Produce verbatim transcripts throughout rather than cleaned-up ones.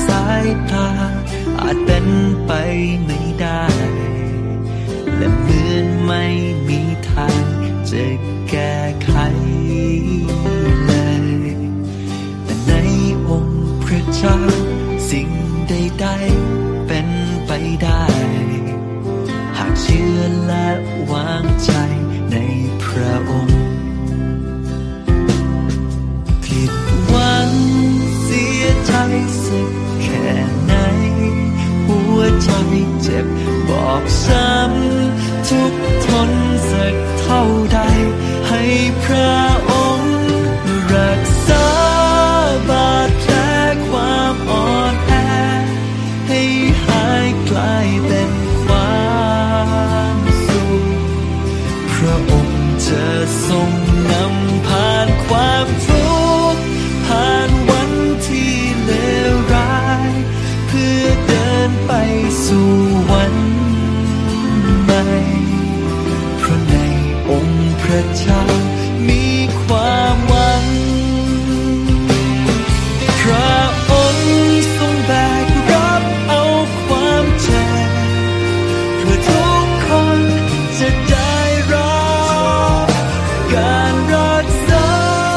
สายตาอาจเป็นไปไม่ได้และเหมือนไม่มีทางจะแก้ไขเลยแต่ในองค์พระเจ้าสิ่งใดๆเป็นไปได้หากเชื่อและวางใจในพระองค์ผิดหวังเสียใจสักแค่ไหนหัวใจเจ็บบอกช้ำทุกทนสักเท่าใดให้พระองค์รักษาบาดแผลความอ่อนแอให้หายกลายเป็นความสุขพระองค์จะทรงนำผ่านความทุกข์ผ่านวันที่เลวร้ายเพื่อเดินไปสู่วันใหม่เพราะในองค์พระเจ้ามีความหวังพระองค์ทรงแบกรับเอาความเจ็บเพื่อทุกคนจะได้รับการรักษา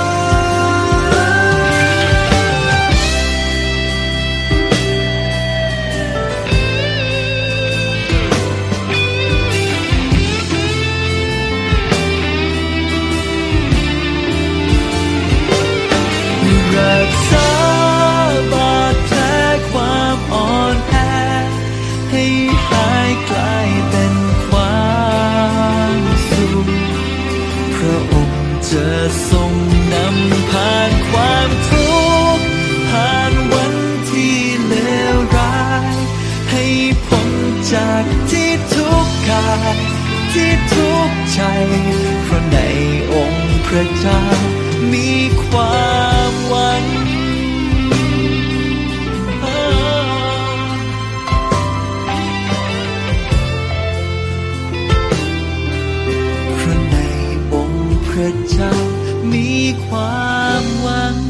รักษาบาดแผลความอ่อนแอให้หายกลายเป็นความสุขพระองค์จะทรงนำผ่านความทุกข์ผ่านวันที่เลวร้ายให้พ้นจากที่ทุกข์กายที่ทุกข์ใจเพราะในองค์พระเจ้ามีความหวังเพราะในองค์พระเจ้ามีความหวัง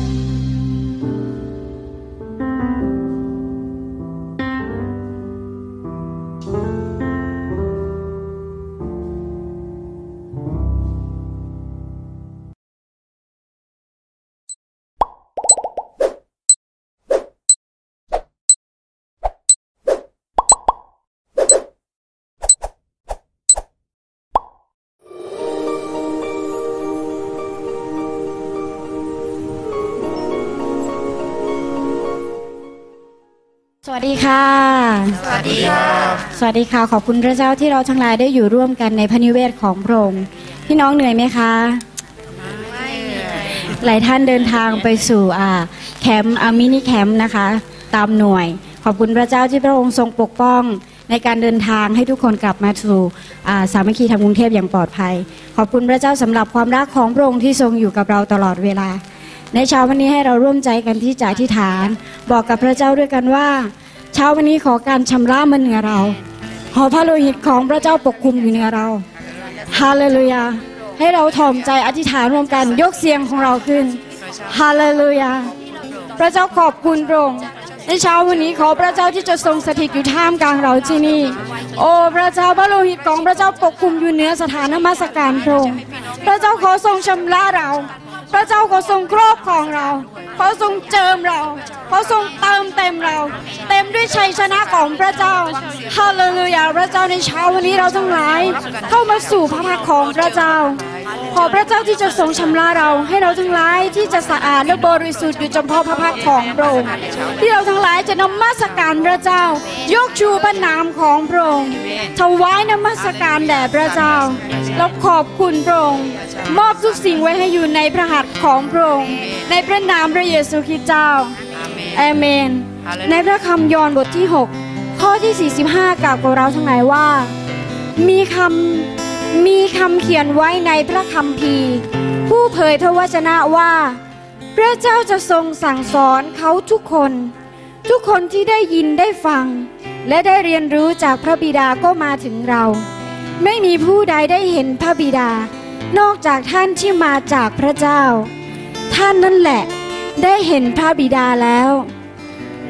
สวัสดีค่ะสวัสดีค่ะสวัสดีค่ะขอบคุณพระเจ้าที่เราทั้งหลายได้อยู่ร่วมกันในพระนิเวศของพระองค์พี่น้องเหนื่อยไหมคะไม่หลายท่านเดินทางไปสู่อ่าแคมป์มินิแคมป์นะคะตามหน่วยขอบคุณพระเจ้าที่พระองค์ทรงปกป้องในการเดินทางให้ทุกคนกลับมาสู่สามัคคีธรรมกรุงเทพอย่างปลอดภัยขอบคุณพระเจ้าสำหรับความรักของพระองค์ที่ทรงอยู่กับเราตลอดเวลาในเช้าวันนี้ให้เราร่วมใจกันที่จะอธิษฐานบอกกับพระเจ้าด้วยกันว่าเช้าวันนี้ขอการชำระมันเหนือเราขอพระโลหิตของพระเจ้าปกคลุมอยู่เหนือเราฮาเลลูยาให้เราถ่อมใจอธิษฐานร่วมกันยกเสียงของเราขึ้นฮาเลลูยาพระเจ้าขอบคุณพระองค์ในเช้าวันนี้ขอพระเจ้าที่จะทรงสถิตอยู่ท่ามกลางเราที่นี่โอ้พระเจ้าพระโลหิตของพระเจ้าปกคลุมอยู่เหนือสถานนมัสการพระองค์พระเจ้าขอทรงชำระเราพระเจ้าขอทรงครอบครองเราขอทรงเจิมเราขอทรงเติมเต็มเราเต็มด้วยชัยชนะของพระเจ้าฮาเลลูยาพระเจ้าในเช้าวันนี้เราทั้งหลายเข้ามาสู่พระพักของพระเจ้าขอพระเจ้าที่จะทรงชำระเราให้เราทั้งหลายที่จะสะอาดและบริสุทธิ์อยู่เฉพาะพระพักของพระองค์ที่เราทั้งหลายจะนมัสการพระเจ้ายกชูพระนามของพระองค์ถวายนมัสการแด่พระเจ้าและขอบคุณพระองค์มอบทุกสิ่งไว้ให้อยู่ในพระหัตถ์ของพระองค์ในพระนามพระเยซูคริสต์เจ้าอาเมนในพระคำยอห์นบทที่หกข้อที่สี่สิบห้ากล่าวกับเราทั้งหลายว่ามีคำมีคำเขียนไว้ในพระคัมภีร์ผู้เผยพระวจนะว่าพระเจ้าจะทรงสั่งสอนเขาทุกคนทุกคนที่ได้ยินได้ฟังและได้เรียนรู้จากพระบิดาก็มาถึงเราไม่มีผู้ใดได้เห็นพระบิดานอกจากท่านที่มาจากพระเจ้าท่านนั่นแหละได้เห็นพระบิดาแล้ว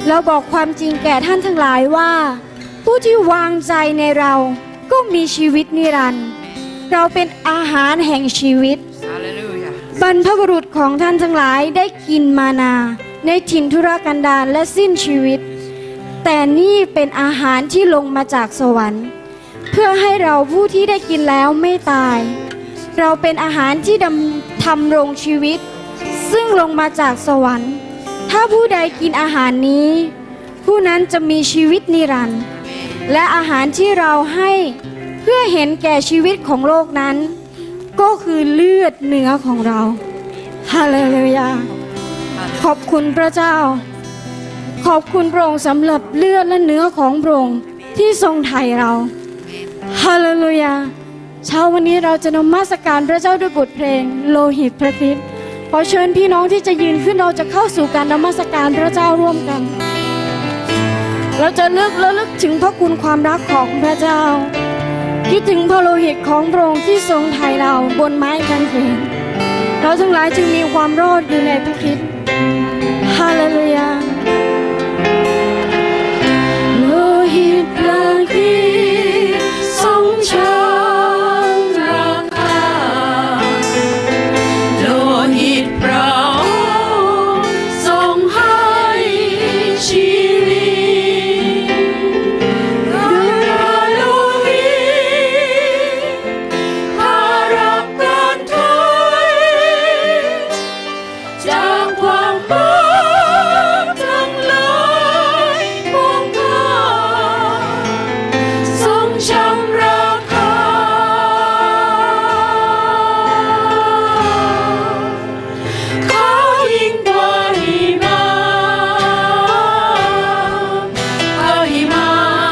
เราบอกความจริงแก่ท่านทั้งหลายว่าผู้ที่วางใจในเราก็มีชีวิตนิรันดร์เราเป็นอาหารแห่งชีวิตบรรพบุรุษของท่านทั้งหลายได้กินมานาในถิ่นทุรกันดารและสิ้นชีวิตแต่นี่เป็นอาหารที่ลงมาจากสวรรค์เพื่อให้เราผู้ที่ได้กินแล้วไม่ตายเราเป็นอาหารที่ดำทำรงชีวิตซึ่งลงมาจากสวรรค์ถ้าผู้ใดกินอาหารนี้ผู้นั้นจะมีชีวิตนิรันดร์และอาหารที่เราให้เพื่อเห็นแก่ชีวิตของโลกนั้นก็คือเลือดเนื้อของเราฮาเลลูยาขอบคุณพระเจ้าขอบคุณพระองค์สำหรับเลือดและเนื้อของพระองค์ที่ทรงไถ่เราฮาเลลูยาเช้าวันนี้เราจะนมัสการพระเจ้าด้วยบทเพลงโลหิตพระคริสต์ขอเชิญพี่น้องที่จะยืนขึ้นเราจะเข้าสู่การนมัสการพระเจ้าร่วมกันเราจะเลือกและลึกถึงพระคุณความรักของพระเจ้าคิดถึงพระโลหิตของพระองค์ที่ทรงไถ่เราบนไม้กางเขนเราทั้งหลายจึงมีความรอดอยู่ในพระคริสต์ฮาเลลูยาโลหิตพระคริสต์ทรงชำระค่าโลหิตพระองค์ทรงให้ชีวิตด้วยโลหิตพารับการถอยจากความบาปทั้งหลายปวงข้าทรงชำระค่าเขายิ่งกว่าหิมะเอาหิมะ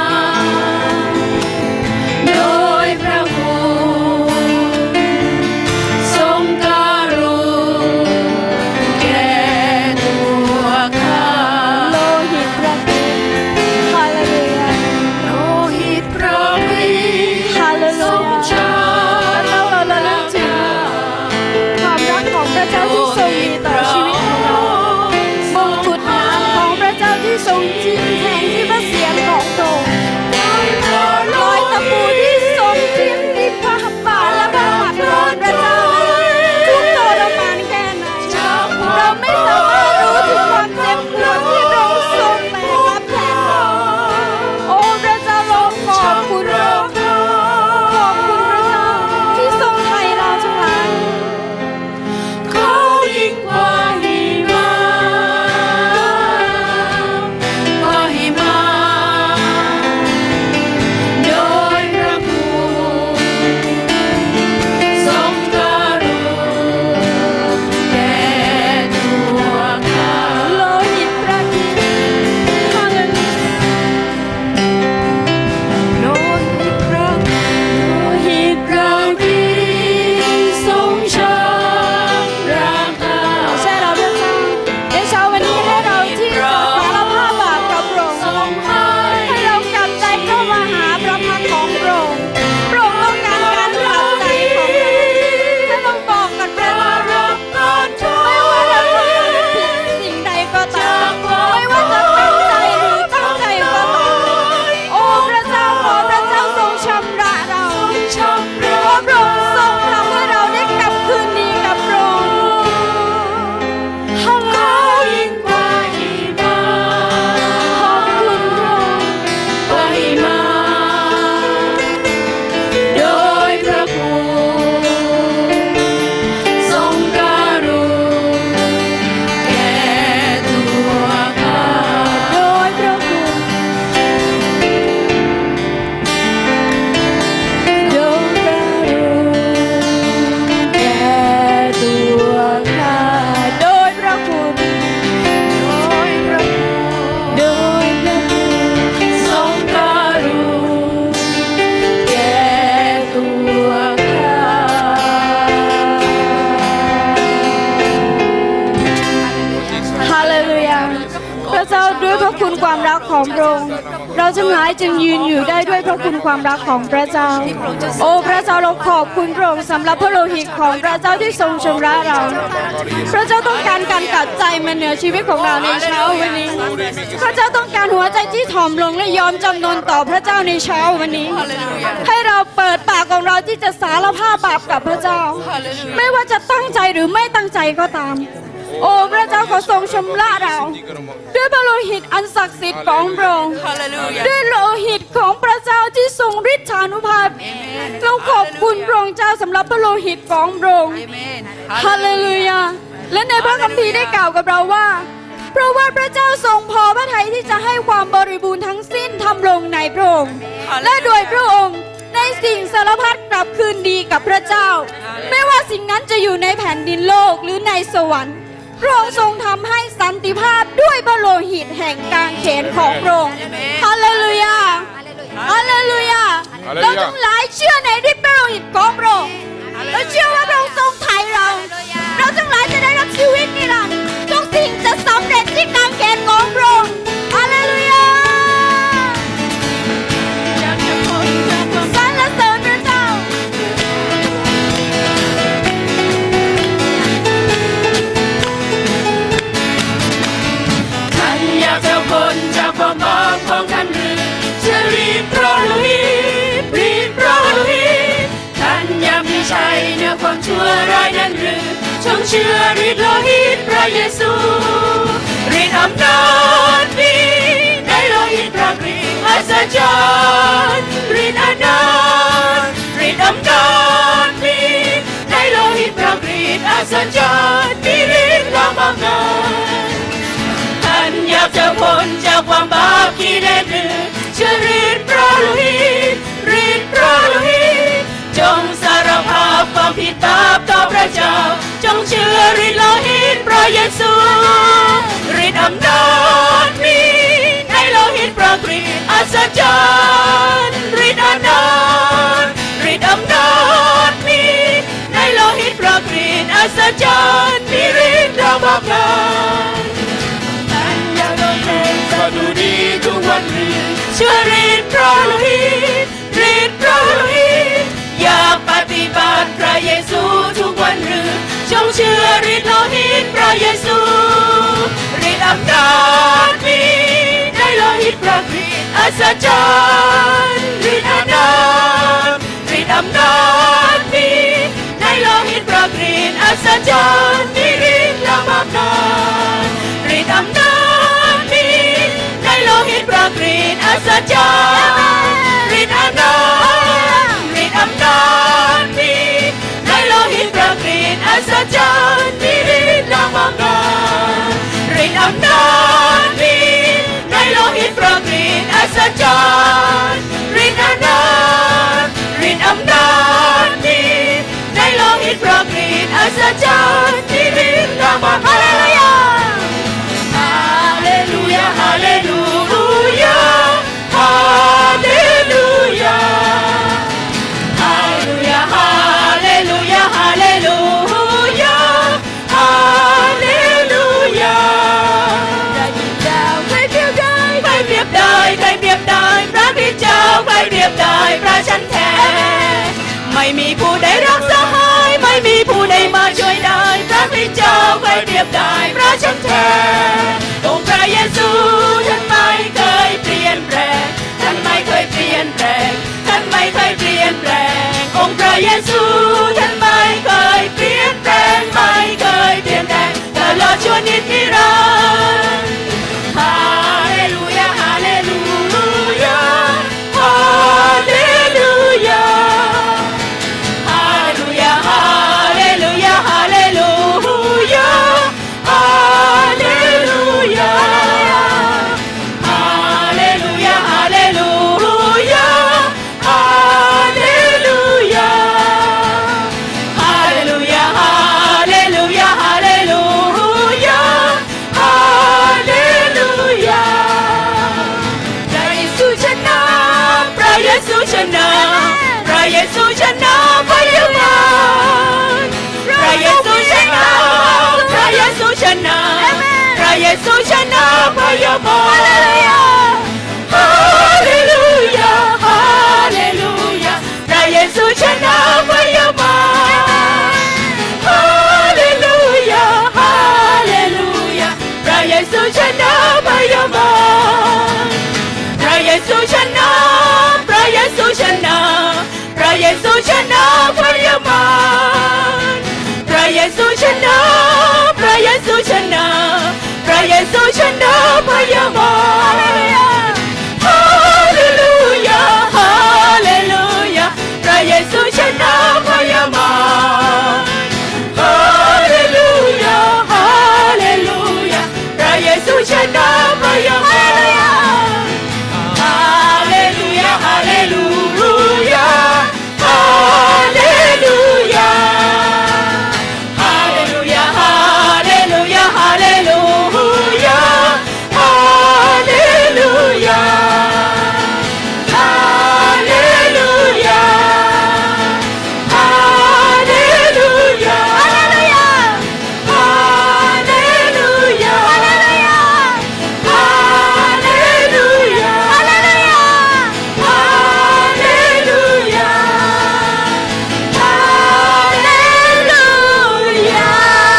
โดยพระคุณทรงการุณแก่ตัวข้าโลหิตพระคริสต์ฮาเลลูยาโลหิตพระคริสต์ฮาเลลูยาแล้วเราระลึกถึงความรักของพระเจ้าที่ทรงมีต่อชีวิตของเรามงกุฎน้ำของพระเจ้าที่ทรงทิ้งแทงที่พระเศียรของพระองค์รอยตะปูที่ทรงทิ้งที่พระหัตถ์บาทและพระหัตถ์ของพระเจ้าทุกทรมานแค่ไหนเราไม่สามารถรู้ถึงความเจ็บปวดที่พระองค์ทรงแบกรับแทนเราโอ้พระเจ้าเราขอบคุณพระองค์ขอบคุณพระเจ้าที่ทรงไถ่เราทั้งหลายเขายระเจ้าด้วยพระคุณความรักของพระองค์เราทั้งหลายจึงยืนอยู่ได้ด้วยพระคุณความรักของพระเจ้าโอ้พระเจ้าเราขอบคุณพระองค์สำหรับพระโลหิตของพระเจ้าที่ทรงชำระเราพระเจ้าต้องการการกัดใจมาเหนือชีวิตของเราในเช้าวันนี้พระเจ้าต้องการหัวใจที่ถ่อมลงและยอมจำนนต่อพระเจ้าในเช้าวันนี้ให้เราเปิดปากของเราที่จะสารภาพบาปกับพระเจ้าไม่ว่าจะตั้งใจหรือไม่ตั้งใจก็ตามโอ้พระเจ้าขอทรงชำระเราด้วยพระโลหิตอันศักดิ์สิทธิ์ของพระองค์ด้วยโลหิตของพระเจ้าที่ทรงฤทธานุภาพเราขอบคุณพระองค์เจ้าสำหรับพระโลหิตของพระองค์ฮาเลลูยาและในพระคัมภีร์ได้กล่าวกับเราว่าเพราะว่าพระเจ้าทรงพอพระทัยที่จะให้ความบริบูรณ์ทั้งสิ้นทำลงในพระองค์และโดยพระองค์ในสิ่งสารพัดกลับคืนดีกับพระเจ้าไม่ว่าสิ่งนั้นจะอยู่ในแผ่นดินโลกหรือในสวรรค์พระองค์ทรงทำให้สันติภาพด้วยพระโลหิตแห่งกางเขนของพระองค์ฮาเลลูยาฮาเลลูยาเราทั้งหลายเชื่อในฤทธิ์พระโลหิตของพระองค์เราเชื่อว่าพระองค์ทรงไถ่เราเราทั้งหลายจะได้รับชีวิตนิรันดร์ทุกสิ่งจะสำเร็จที่กางเขนของพระองค์ฮาเลลูยาสรรเสริญพระเจ้าท่านอยากจะพ้นจากความบาปของท่านหรือจะรีบเพราะโลหิตรีบเพราะโลหิตท่านอยากมีชัยเหนือความชั่วร้ายนั้นหรือจงเชื่อฤทธิ์โลหิตพระเยซูฤทธิ์อำนาจมีในโลหิตพระคริสต์อัศจรรย์ฤทธิ์อำนาจฤทธิ์อำนาจมีในโลหิตพระคริสต์อัศจรรย์มีฤทธิ์และอำนาจท่านอยากจะพ้นจากความบาปกิเลสหรือเชื่อฤทธิ์พระโลหิตฤทธิ์พระโลหิตจงสารภาพความผิดบาปต่อพระเจ้าจงเชื่อฤทธิ์โลหิตพระเยซูฤทธิ์อำนาจมีในโลหิตพระคริสต์อัศจรรย์ฤทธิ์อำนาจฤทธิ์อำนาจมีในโลหิตพระคริสต์อัศจรรย์มีฤทธิ์และอำนาจท่านอยากโดนเทสดุดีทุกวันหรือเชื่อฤทธิ์พระโลหิตฤทธิ์พระโลหิตอยากปฏิบัติพระเยซูทุกวันหรือจงเชื่อฤทธิ์โลหิตพระเยซูฤทธิ์อำนาจมีในโลหิตพระคริสต์อัศจรรย์ฤทธิ์อำนาจฤทธิ์อำนาจมีในโลหิตพระคริสต์อัศจรรย์มีฤทธิ์และอำนาจฤทธิ์อำนาจมีในโลหิตพระคริสต์อัศจรรย์ฤทธิ์อำนาจฤทธิ์อำนาจมีในโลหิตพระคริสต์อัศจรรย์มีฤทธิ์และอำนาจฤทธิ์อำนาจมีในโลหิตพระคริสต์อัศจรรย์ฤทธิ์อำนาจฤทธิ์อำนาจมีในโลหิตพระคริสต์อัศจรรย์มีฤทธิ์และอำนาจฮาเลลูยาฮาเลลูยาฮาเลลูยาฮาเลลูยาฮาเลลูยาฮาเลลูยาฮาเลลูยาได้ยินดาวใครเปรียบได้ใครเปรียบได้ใครเปรียบได้พระบิดาใครเปรียบได้พระฉันแท้ไม่มีผู้ใดรักสหายไม่มีผู้ใดมาช่วยได้พระบิดาใครเปรียบได้พระฉันแท้องค์พระเยซูท่านไม่เคยเปลี่ยนแปลงท่านไม่เคยเปลี่ยนแปลงท่านไม่เคยเปลี่ยนแปลงองค์พระเยซูท่านไม่เคยเปลี่ยนแปลงไม่เคยเปลี่ยนแปลงตลอดชั่วนิรันดร์ฮาเลลูยาฮาเลลูยาฮาเลลูยาฮาเลลูยาฮาเลลูยาฮาเลลูยาฮาเลลูยาฮาเลลูยาฮาเลลูยาฮาเลลูยาฮาเลลูยาฮาเลลูยาฮาเลลูยาฮาเลลูยาพระเยซูชนะพระเยซูชนะพระเยซูชนะพยามารพระเยซูชนะพระเยซูชนะพระเยซูชนะพยามาฮาเลลูยาฮาเลลูยาฮาเลลูยาพระเยซูชนะพยามารฮาเลลูยาฮาเลลูยาพระเยซูชนะพยามารพระเยซูชนะพระเยซูชนะพระเยซูชนะพยามารพระเยซูชนะพระเยซูชนะพระเยซูชนะพยามารฮาเลลูยาฮาเลลูยาพระเยซูชนะพยามารฮาเลลูยาฮาเลลูยาพระเยซูชนะพยามารฮาเลลูยาฮาเลลูยาฮาเลลูยาฮาเลลูยาฮาเลลูยาฮาเลลูยาฮาเลลูยาฮาเลลูยาฮาเลลูยาฮาเลลูยาฮาเลลูยาฮาเลลูยาฮาเลลูยาฮาเลลูยาฮาเลลูยาฮาเลลูยา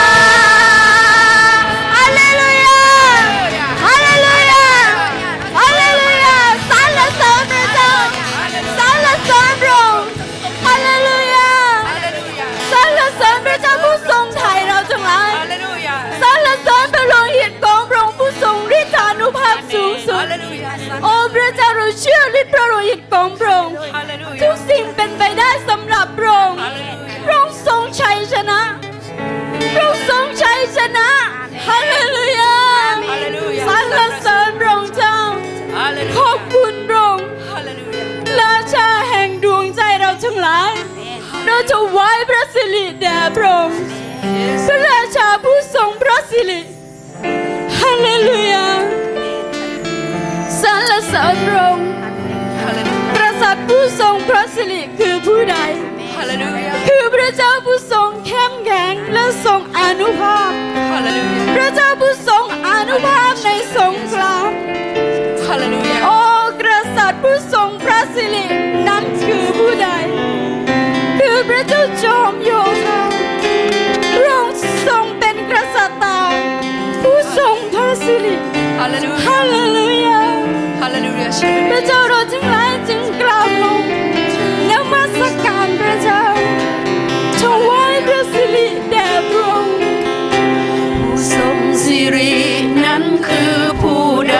ฮาเลลูยาฮาเลลูยาฮาเลลูยาสรรเสริญพระเจ้าสรรเสริญพระองค์ฮาเลลูยาสรรเสริญพระเจ้าผู้ทรงไถ่เราทั้งหลายสรรเสริญพระโลหิตของพระองค์ผู้ทรงฤทธานุภาพสูงสุดโอ้พระเจ้าเราเชื่อฤทธิ์พระโลหิตของพระองค์ทุกสิ่งเป็นไปได้สำหรับพระองค์พระองค์ทรงชัยชนะพระองค์ทรงชัยชนะฮาเลลูยาสรรเสริญพระองค์เจ้าขอบคุณพระองค์ราชาแห่งดวงใจเราทั้งหลายเราจะไหว้พระสิริแด่พระองค์พระราชาผู้ทรงพระสิริฮาเลลูยาสรรเสริญพระองค์กษัตริย์ผู้ทรงพระสิริคือผู้ใดคือพระเจ้าผู้ทรงเข้มแข็งและทรงอานุภาพพระเจ้าผู้ทรงอานุภาพในสงครามโอ้กษัตริย์ผู้ทรงพระสิรินั้นคือผู้ใดคือพระเจ้าจอมโยธาพระองค์ทรงเป็นกษัตริย์ผู้ทรงพระสิริฮาเลลูยาพระเจ้าเราทั้งหลายจึงกราบลงนมัสการพระเจ้าถวายพระสิริแด่พระองค์ผู้ทรงสิรินั้นคือผู้ใด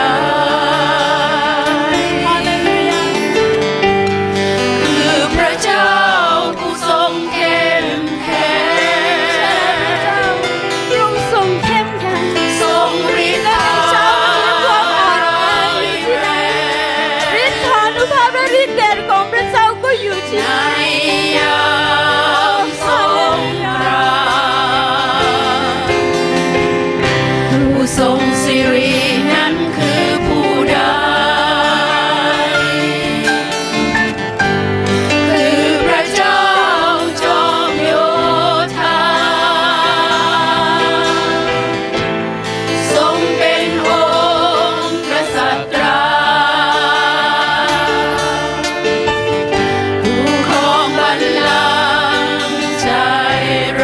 คือพระเจ้าผู้ทรงเข้มแข็งพระองค์ทรงเข้มแข็งทรงฤทธาฤทธานุภาพและฤทธิ์เดชของพระเจ้าก็อยู่ที่ในยามสงครามผู้ทรงสิรินั้นคือผู้ใดคือพระเจ้าจอมโยธาทรงเป็นองค์กษัตริย์ผู้ครองบัลลังก์ใจเรา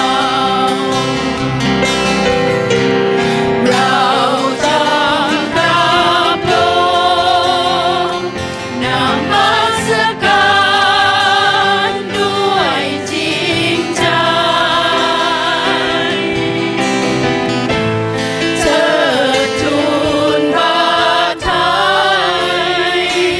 เราต้องกราบลงนมัสการด้วยจริงใจ เธอทูลบาทย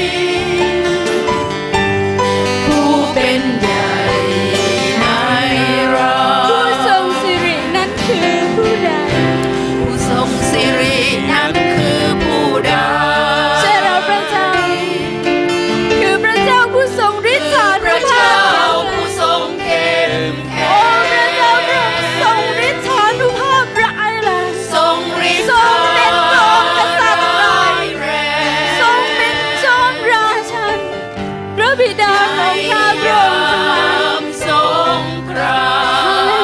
ผู้เป็นใหญ่ในเราผู้ทรงสิรินั้นคือผู้ใดผู้ทรงสิรินั้นคือผู้ใดใช่เราพระเจ้าคือพระเจ้าผู้ทรงฤทธานุภาพพระเจ้าผู้ทรงเข้มแข็งโอ้พระเจ้าพระองค์ทรงฤทธานุภาพร้ายแรงทรงฤทธานุภาพร้ายแรงทรงเป็นจอมราชันพระบิดาของข้าพระองค์ทั้งหลายสงค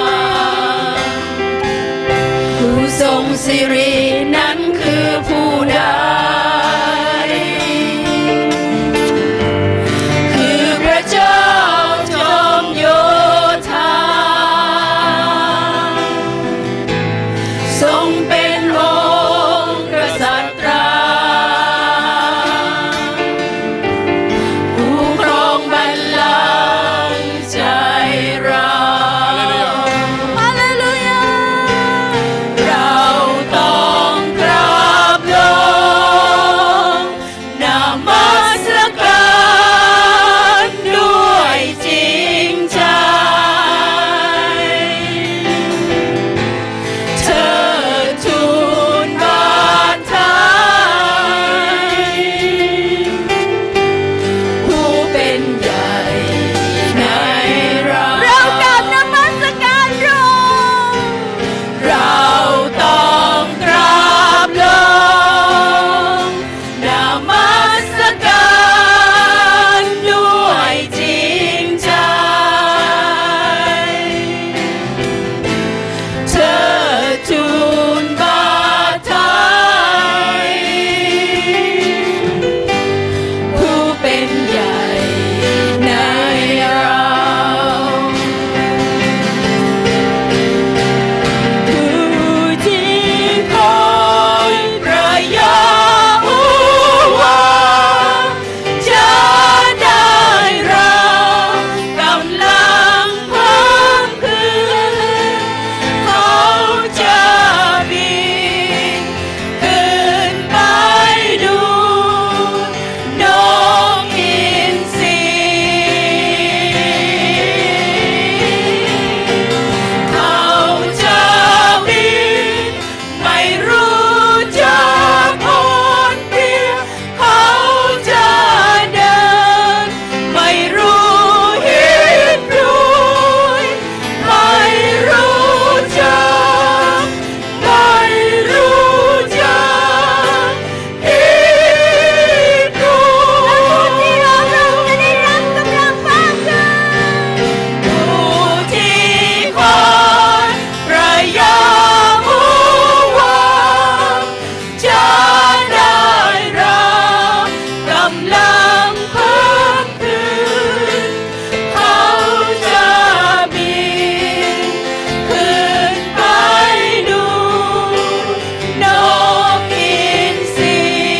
รามผู้ทรงสิรินั้นคือผู้ใดงเป็นองค์กษัตรา ผู้ครองบัลลังก์ใจเรา ฮาเลลูยา เราต้องกราบลงนมัสการด้วยจริงใจ เธอทูลบาทไทย ผู้เป็นใหญ่ในเรา เรากราบนมัสการพระองค์ เราต้องกราบลงนมัสการด้วยจริงใจ เธอทูลบาทไทย ผู้เป็นใหญ่ในเรา ผู้ที่คอยพระยาโฮวาจะได้รับกำลังเพิ่มขึ้น เขาจะบินขึ้นไปดูนกอินทรี เขาจะบินไม่รู้จักอ่อนเพลีย เขาจะเดินไม่รู้หิดโรย ไม่รู้จัก ไม่รู้จักหิดโรย ที่เราจะได้รับกำลังมากขึ้น ผู้ที่คอยพระยาโฮวาจะได้รับกำลังเพิ่มขึ้น เขาจะบินขึ้นไปดูนกอินทรี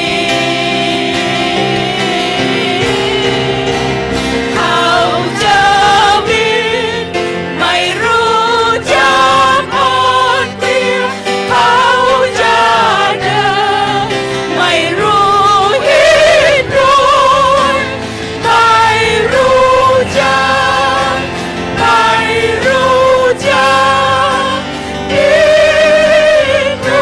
เขาจะบินไม่รู้จักอ่อนเพลีย เขาจะเดินไม่รู้หิดโรย ไม่รู้จัก ไม่รู้จักหิดโร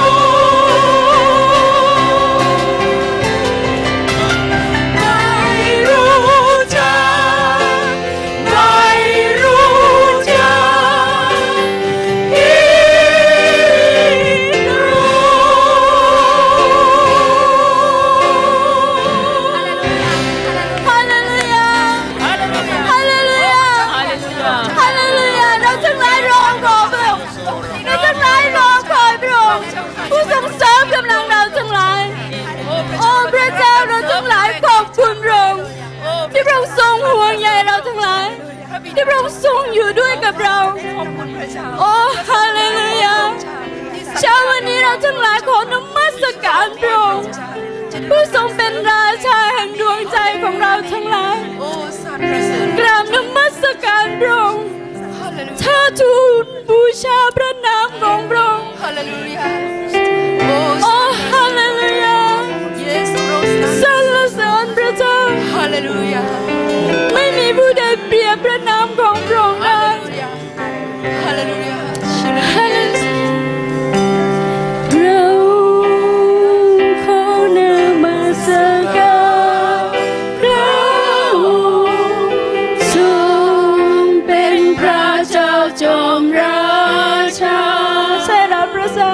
ย ไม่รู้จัก ไม่รู้จักหิดโรย ฮาเลลูยา ฮาเลลูยา ฮาเลลูยา ฮาเลลูยา ฮาเลลูยา เราทั้งหลายรอคอยพระองค์เราทั้งหลายรอคอยพระองค์ผู้ทรงเสริมกำลังเราทั้งหลาย โอ้พระเจ้าเราทั้งหลายขอบคุณพระองค์ที่พระองค์ทรงห่วงใยเราทั้งหลาย ที่พระองค์ทรงอยู่ด้วยกับเรา โอ้ฮาเลลูยา เช้าวันนี้เราทั้งหลายขอนมัสการพระองค์ผู้ทรงเป็นราชาแห่งดวงใจของเราทั้งหลาย กราบนมัสการพระองค์เธอทูลบูชาพระนามของพระองค์ฮาเลลูยาโอ้ฮาเลลูยาเยซูเราสรรเสริญพระเจ้าฮาเลลูยาไม่มีผู้ใดเปรียบพระนามของพระองค์ได้ฮาเลลูยาฮาเลลูยา เราขอนมัสการพระองค์ทรงเป็นพระเจ้าจอมราชาใช่แล้วพระเจ้า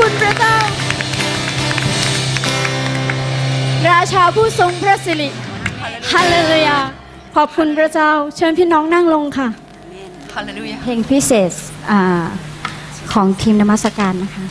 คุณพระเจ้าราชาผู้ทรงพระสิริฮาเลลูยาขอบคุณพระเจ้าเชิญพี่น้องนั่งลงค่ะฮาเลลูยาเพลงพิเศษของทีมนมัสการนะคะ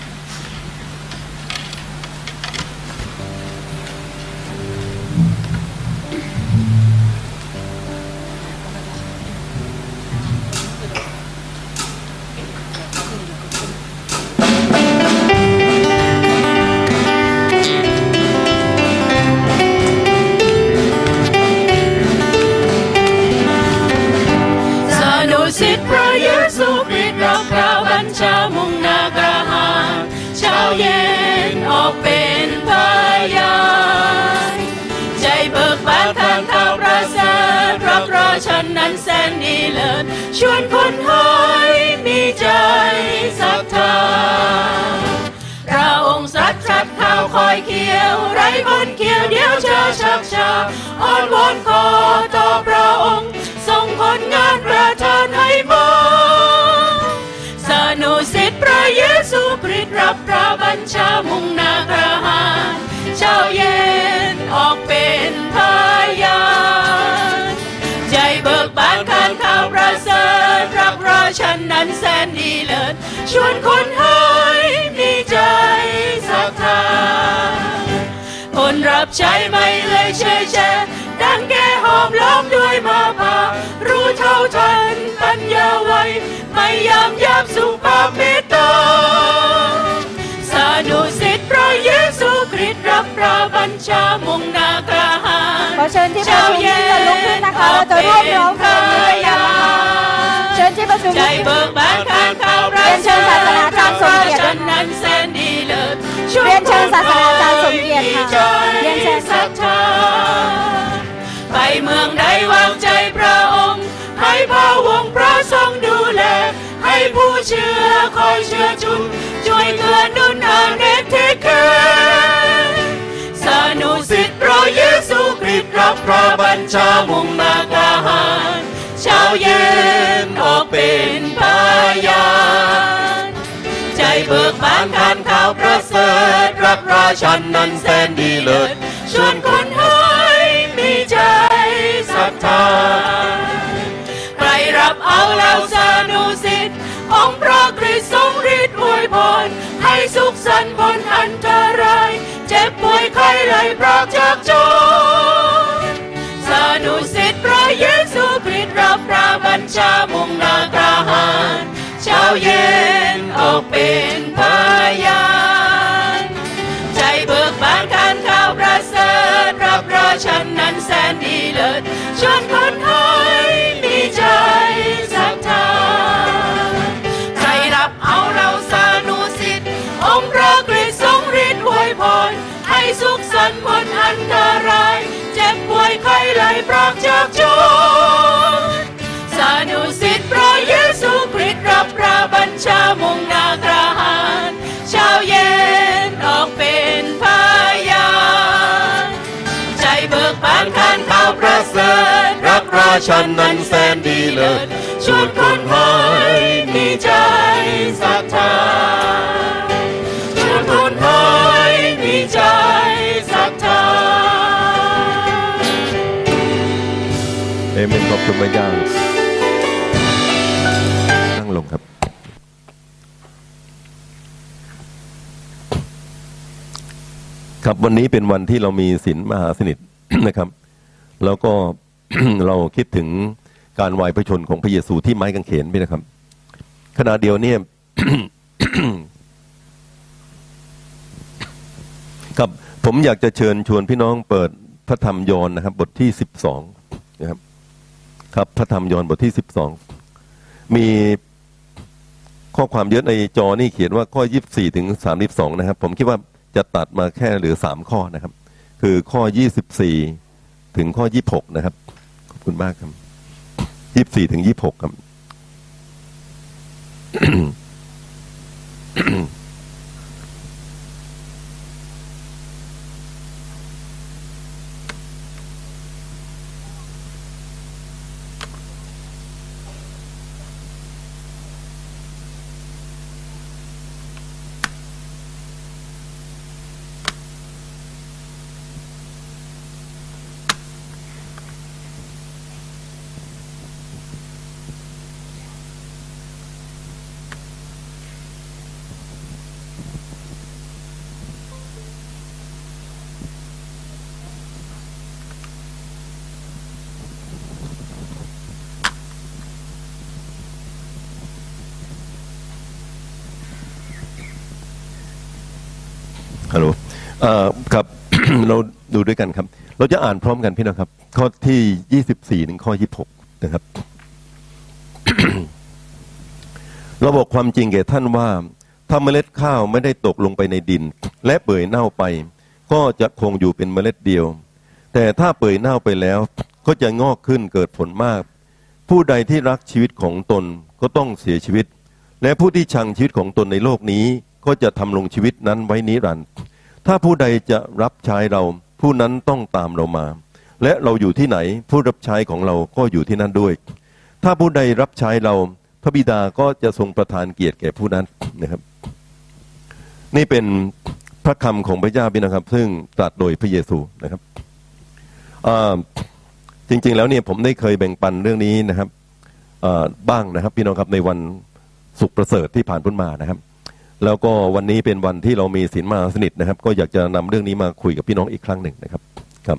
สิทธิ์พระเยซูคริสต์รับกล่าวบัญชามุ่งหน้ากระหายเช้าเย็นออกเป็นพยานใจเบิกบานทางข่าวประเสริฐรับรอฉันนั้นแสนดีเลิศชวนคนหายมีใจศรัทธาพระองค์สัตย์ชัดข่าวคอยเคียวไร้คนเคียวเดียวเชอชักชาอ้อนวอนขอต่อพระองค์ทรงผลงานประทานให้มาสนุสิทธิ์พระเยซูคริสต์รับพระบัญชามุ่งหน้ากระหายเช้าเย็นออกเป็นพยานใจเบิกบานการข่าวประเสริฐรักรอฉันนั้นแสนดีเลิศชวนคนหายมีใจศรัทธาคนรับใช้ไม่เอ่ยเชยแชดังแก่หอมล้อมด้วยมาภารู้เท่าทันปัญญาไวไม่ยามยามสุภาพเมตตาสนุสิทธิ์พระเยซูคริสต์รับพระบัญชามุ่งหน้ากระหายขอเชิญที่ประชุมที่จะลุกขึ้นนะคะเราจะร่วมร้องเพลงนี้ด้วยกันเชิญที่ประชุมใจเบิกบานข้างข่าวเรียนเชิญศาสนาจารย์สมเกียรตินั้นแสนดีเลิศเรียนเชิญศาสนาจารย์สมเกียรติค่ะเรียนเชิญศรัทธาไปเมืองใดวางใจพระองค์ให้พระวงศ์พระทรงดูแลให้ผู้เชื่อคอยเชื่อจุนช่วยเกื้อหนุนอาเนกเทศแก่สนุสิทธิ์พระเยซูคริสต์รับพระบัญชามุ่งหน้ากระหายเช้าเย็นออกเป็นพยานใจเบิกบานการข่าวประเสริฐรักราชันนั้นแสนดีเลิศชวนคนหายมีใจศรัทธาใครรับเอาแล้วสนุสิทธิ์องค์พระคริสต์ทรงฤทธิ์อวยพรให้สุขสันต์พ้นอันตรายเจ็บป่วยไข้ไร้ปราศจากโจรสนุสิทธิ์พระเยซูคริสต์รับพระบัญชามุ่งหน้ากระหายเช้าเย็นออกเป็นพยานใจเบิกบานการข่าวประเสริฐรับรอฉันนั้นแสนดีเลิศชวนคนหายมีใจศรัทธาใครรับเอาเราสนุสิทธิ์องค์พระคริสต์ทรงฤทธิ์อวยพรให้สุขสันต์พ้นอันตรายเจ็บป่วยไข้ไร้ปราศจากโจรสนุสิทธิ์พระเยซูคริสต์รับพระบัญชามุ่งหน้ากระหายเช้าเย็นออกเป็นพยานใจเบิกบานการข่าวประเสริฐรักราชันนั้นแสนดีเลิศชวนคนหายมีใจศรัทธาชวนคนหายมีใจศรัทธาเอเมนขอบคุณพระเจ้านั่งลงครับครับวันนี้เป็นวันที่เรามีศีลมหาสนิท นะครับแล้วก็ เราคิดถึงการวายพระชนของพระเยซูที่ไม้กางเขนด้วยนะครับขณะเดียวเนี่ย ครับผมอยากจะเชิญชวนพี่น้องเปิดพระธรรมยอห์นนะครับบทที่สิบสองนะครับครับพระธรรมยอห์นบทที่สิบสองมีข้อความเยอะในจอนี่เขียนว่าข้อยี่สิบสี่ถึงสามสิบสองนะครับผมคิดว่าจะตัดมาแค่เหลือสามข้อนะครับคือข้อยี่สิบสี่ถึงข้อยี่สิบหกนะครับขอบคุณมากครับยี่สิบสี่ถึงยี่สิบหกครับ คฮัลโหลครับ เราดูด้วยกันครับเราจะอ่านพร้อมกันพี่น้องครับข้อที่ยี่สิบสี่ถึงข้อยี่สิบหกนะครับ เราบอกความจริงแก่ท่านว่าถ้าเมล็ดข้าวไม่ได้ตกลงไปในดินและเปื่อยเน่าไปก็จะคงอยู่เป็นเมล็ดเดียวแต่ถ้าเปื่อยเน่าไปแล้วก็จะงอกขึ้นเกิดผลมากผู้ใดที่รักชีวิตของตนก็ต้องเสียชีวิตและผู้ที่ชังชีวิตของตนในโลกนี้ก็จะทำลงชีวิตนั้นไว้นิรันดร์ถ้าผู้ใดจะรับใช้เราผู้นั้นต้องตามเรามาและเราอยู่ที่ไหนผู้รับใช้ของเราก็อยู่ที่นั่นด้วยถ้าผู้ใดรับใช้เราพระบิดาก็จะทรงประทานเกียรติแก่ผู้นั้นนะครับนี่เป็นพระคำของพระเจ้าพี่นะครับซึ่งตรัสโดยพระเยซูนะครับจริงๆแล้วเนี่ยผมได้เคยแบ่งปันเรื่องนี้นะครับบ้างนะครับพี่น้องครับในวันศุกร์ประเสริฐที่ผ่านพ้นมานะครับแล้วก็วันนี้เป็นวันที่เรามีศีลมหาสนิทนะครับก็อยากจะนำเรื่องนี้มาคุยกับพี่น้องอีกครั้งหนึ่งนะครับครับ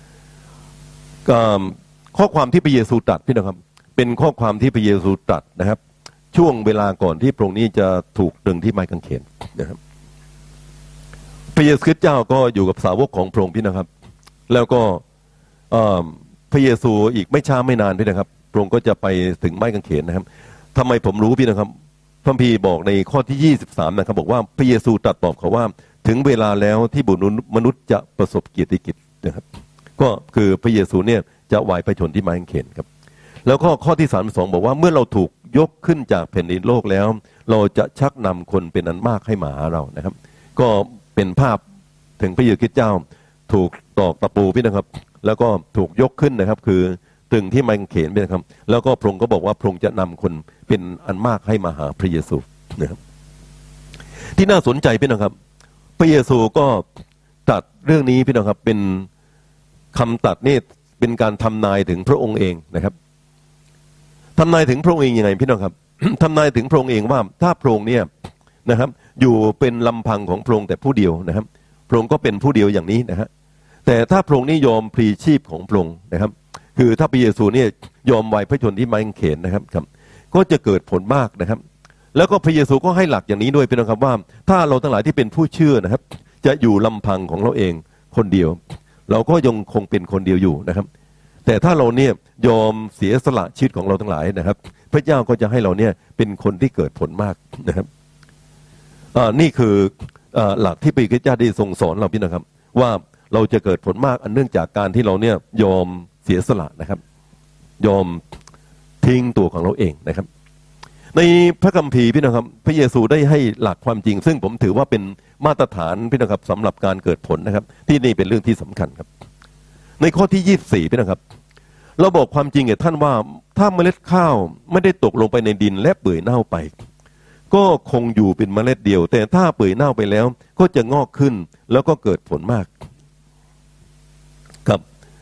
ข้อความที่พระเยซูตรัสพี่น้องครับเป็นข้อความที่พระเยซูตรัสนะครับช่วงเวลาก่อนที่พระองค์นี้จะถูกตรึงที่ไม้กางเขนนะครับพระเยซูคริสต์เจ้าก็อยู่กับสาวกของพระองค์พี่นะครับแล้วก็พระเยซูอีกไม่ช้าไม่นานพี่นะครับพระองค์ก็จะไปถึงไม้กางเขนนะครับทำไมผมรู้พี่นะครับพระคัมภีร์บอกในข้อที่ยี่สิบสามนะครับบอกว่าพระเยซูตรัสตอบเขาว่าถึงเวลาแล้วที่บุตรมนุษย์จะประสบเกียรติกิจนะครับก็คือพระเยซูเนี่ยจะไหว้พระชนที่ไม้กางเขนครับแล้วก็ข้อที่สามสิบสองบอกว่าเมื่อเราถูกยกขึ้นจากแผ่นดินโลกแล้วเราจะชักนำคนเป็นอันมากให้มาหาเรานะครับก็เป็นภาพถึงพระเยซูคริสต์เจ้าถูกตอกตะปูพี่นะครับแล้วก็ถูกยกขึ้นนะครับคือตึงที่ไม้กางเขนพี่นะครับแล้วก็พระองค์ก็บอกว่าพระองค์จะนำคนเป็นอันมากให้มาหาพระเยซูนะครับที่น่าสนใจพี่นะครับพระเยซูก็ตรัสเรื่องนี้พี่นะครับเป็นคำตรัสนี่เป็นการทำนายถึงพระองค์เองนะครับทำนายถึงพระองค์เองยังไงพี่น้องครับ ทำนายถึงพระองค์เองว่าถ้าพระองค์เนี่ยนะครับอยู่เป็นลำพังของพระองค์แต่ผู้เดียวนะครับพระองค์ก็เป็นผู้เดียวอย่างนี้นะฮะแต่ถ้าพระองค์นี่ยอมพลีชีพของพระองค์นะครับคือถ้าพระเยซูเนี่ยยอมไว้พระชนที่ไม้กางเขนนะครับครับก็จะเกิดผลมากนะครับแล้วก็พระเยซูก็ให้หลักอย่างนี้ด้วยพี่น้องครับว่าถ้าเราทั้งหลายที่เป็นผู้เชื่อนะครับจะอยู่ลำพังของเราเองคนเดียวเราก็ยังคงเป็นคนเดียวอยู่นะครับแต่ถ้าเราเนี่ยยอมเสียสละชีวิตของเราทั้งหลายนะครับพระเจ้าก็จะให้เราเนี่ยเป็นคนที่เกิดผลมากนะครับนี่คือหลักที่พระคริสต์เจ้าได้ทรงสอนเราพี่นะครับว่าเราจะเกิดผลมากอันเนื่องจากการที่เราเนี่ยยอมเสียสละนะครับยอมทิ้งตัวของเราเองนะครับในพระคัมภีร์พี่นะครับพระเยซูได้ให้หลักความจริงซึ่งผมถือว่าเป็นมาตรฐานพี่นะครับสำหรับการเกิดผลนะครับที่นี่เป็นเรื่องที่สำคัญครับในข้อที่ยี่สิบสี่พี่นะครับเราบอกความจริงแก่ท่านว่าถ้าเมล็ดข้าวไม่ได้ตกลงไปในดินและเปื่อยเน่าไปก็คงอยู่เป็นเมล็ดเดียวแต่ถ้าเปื่อยเน่าไปแล้วก็จะงอกขึ้นแล้วก็เกิดผลมากครับ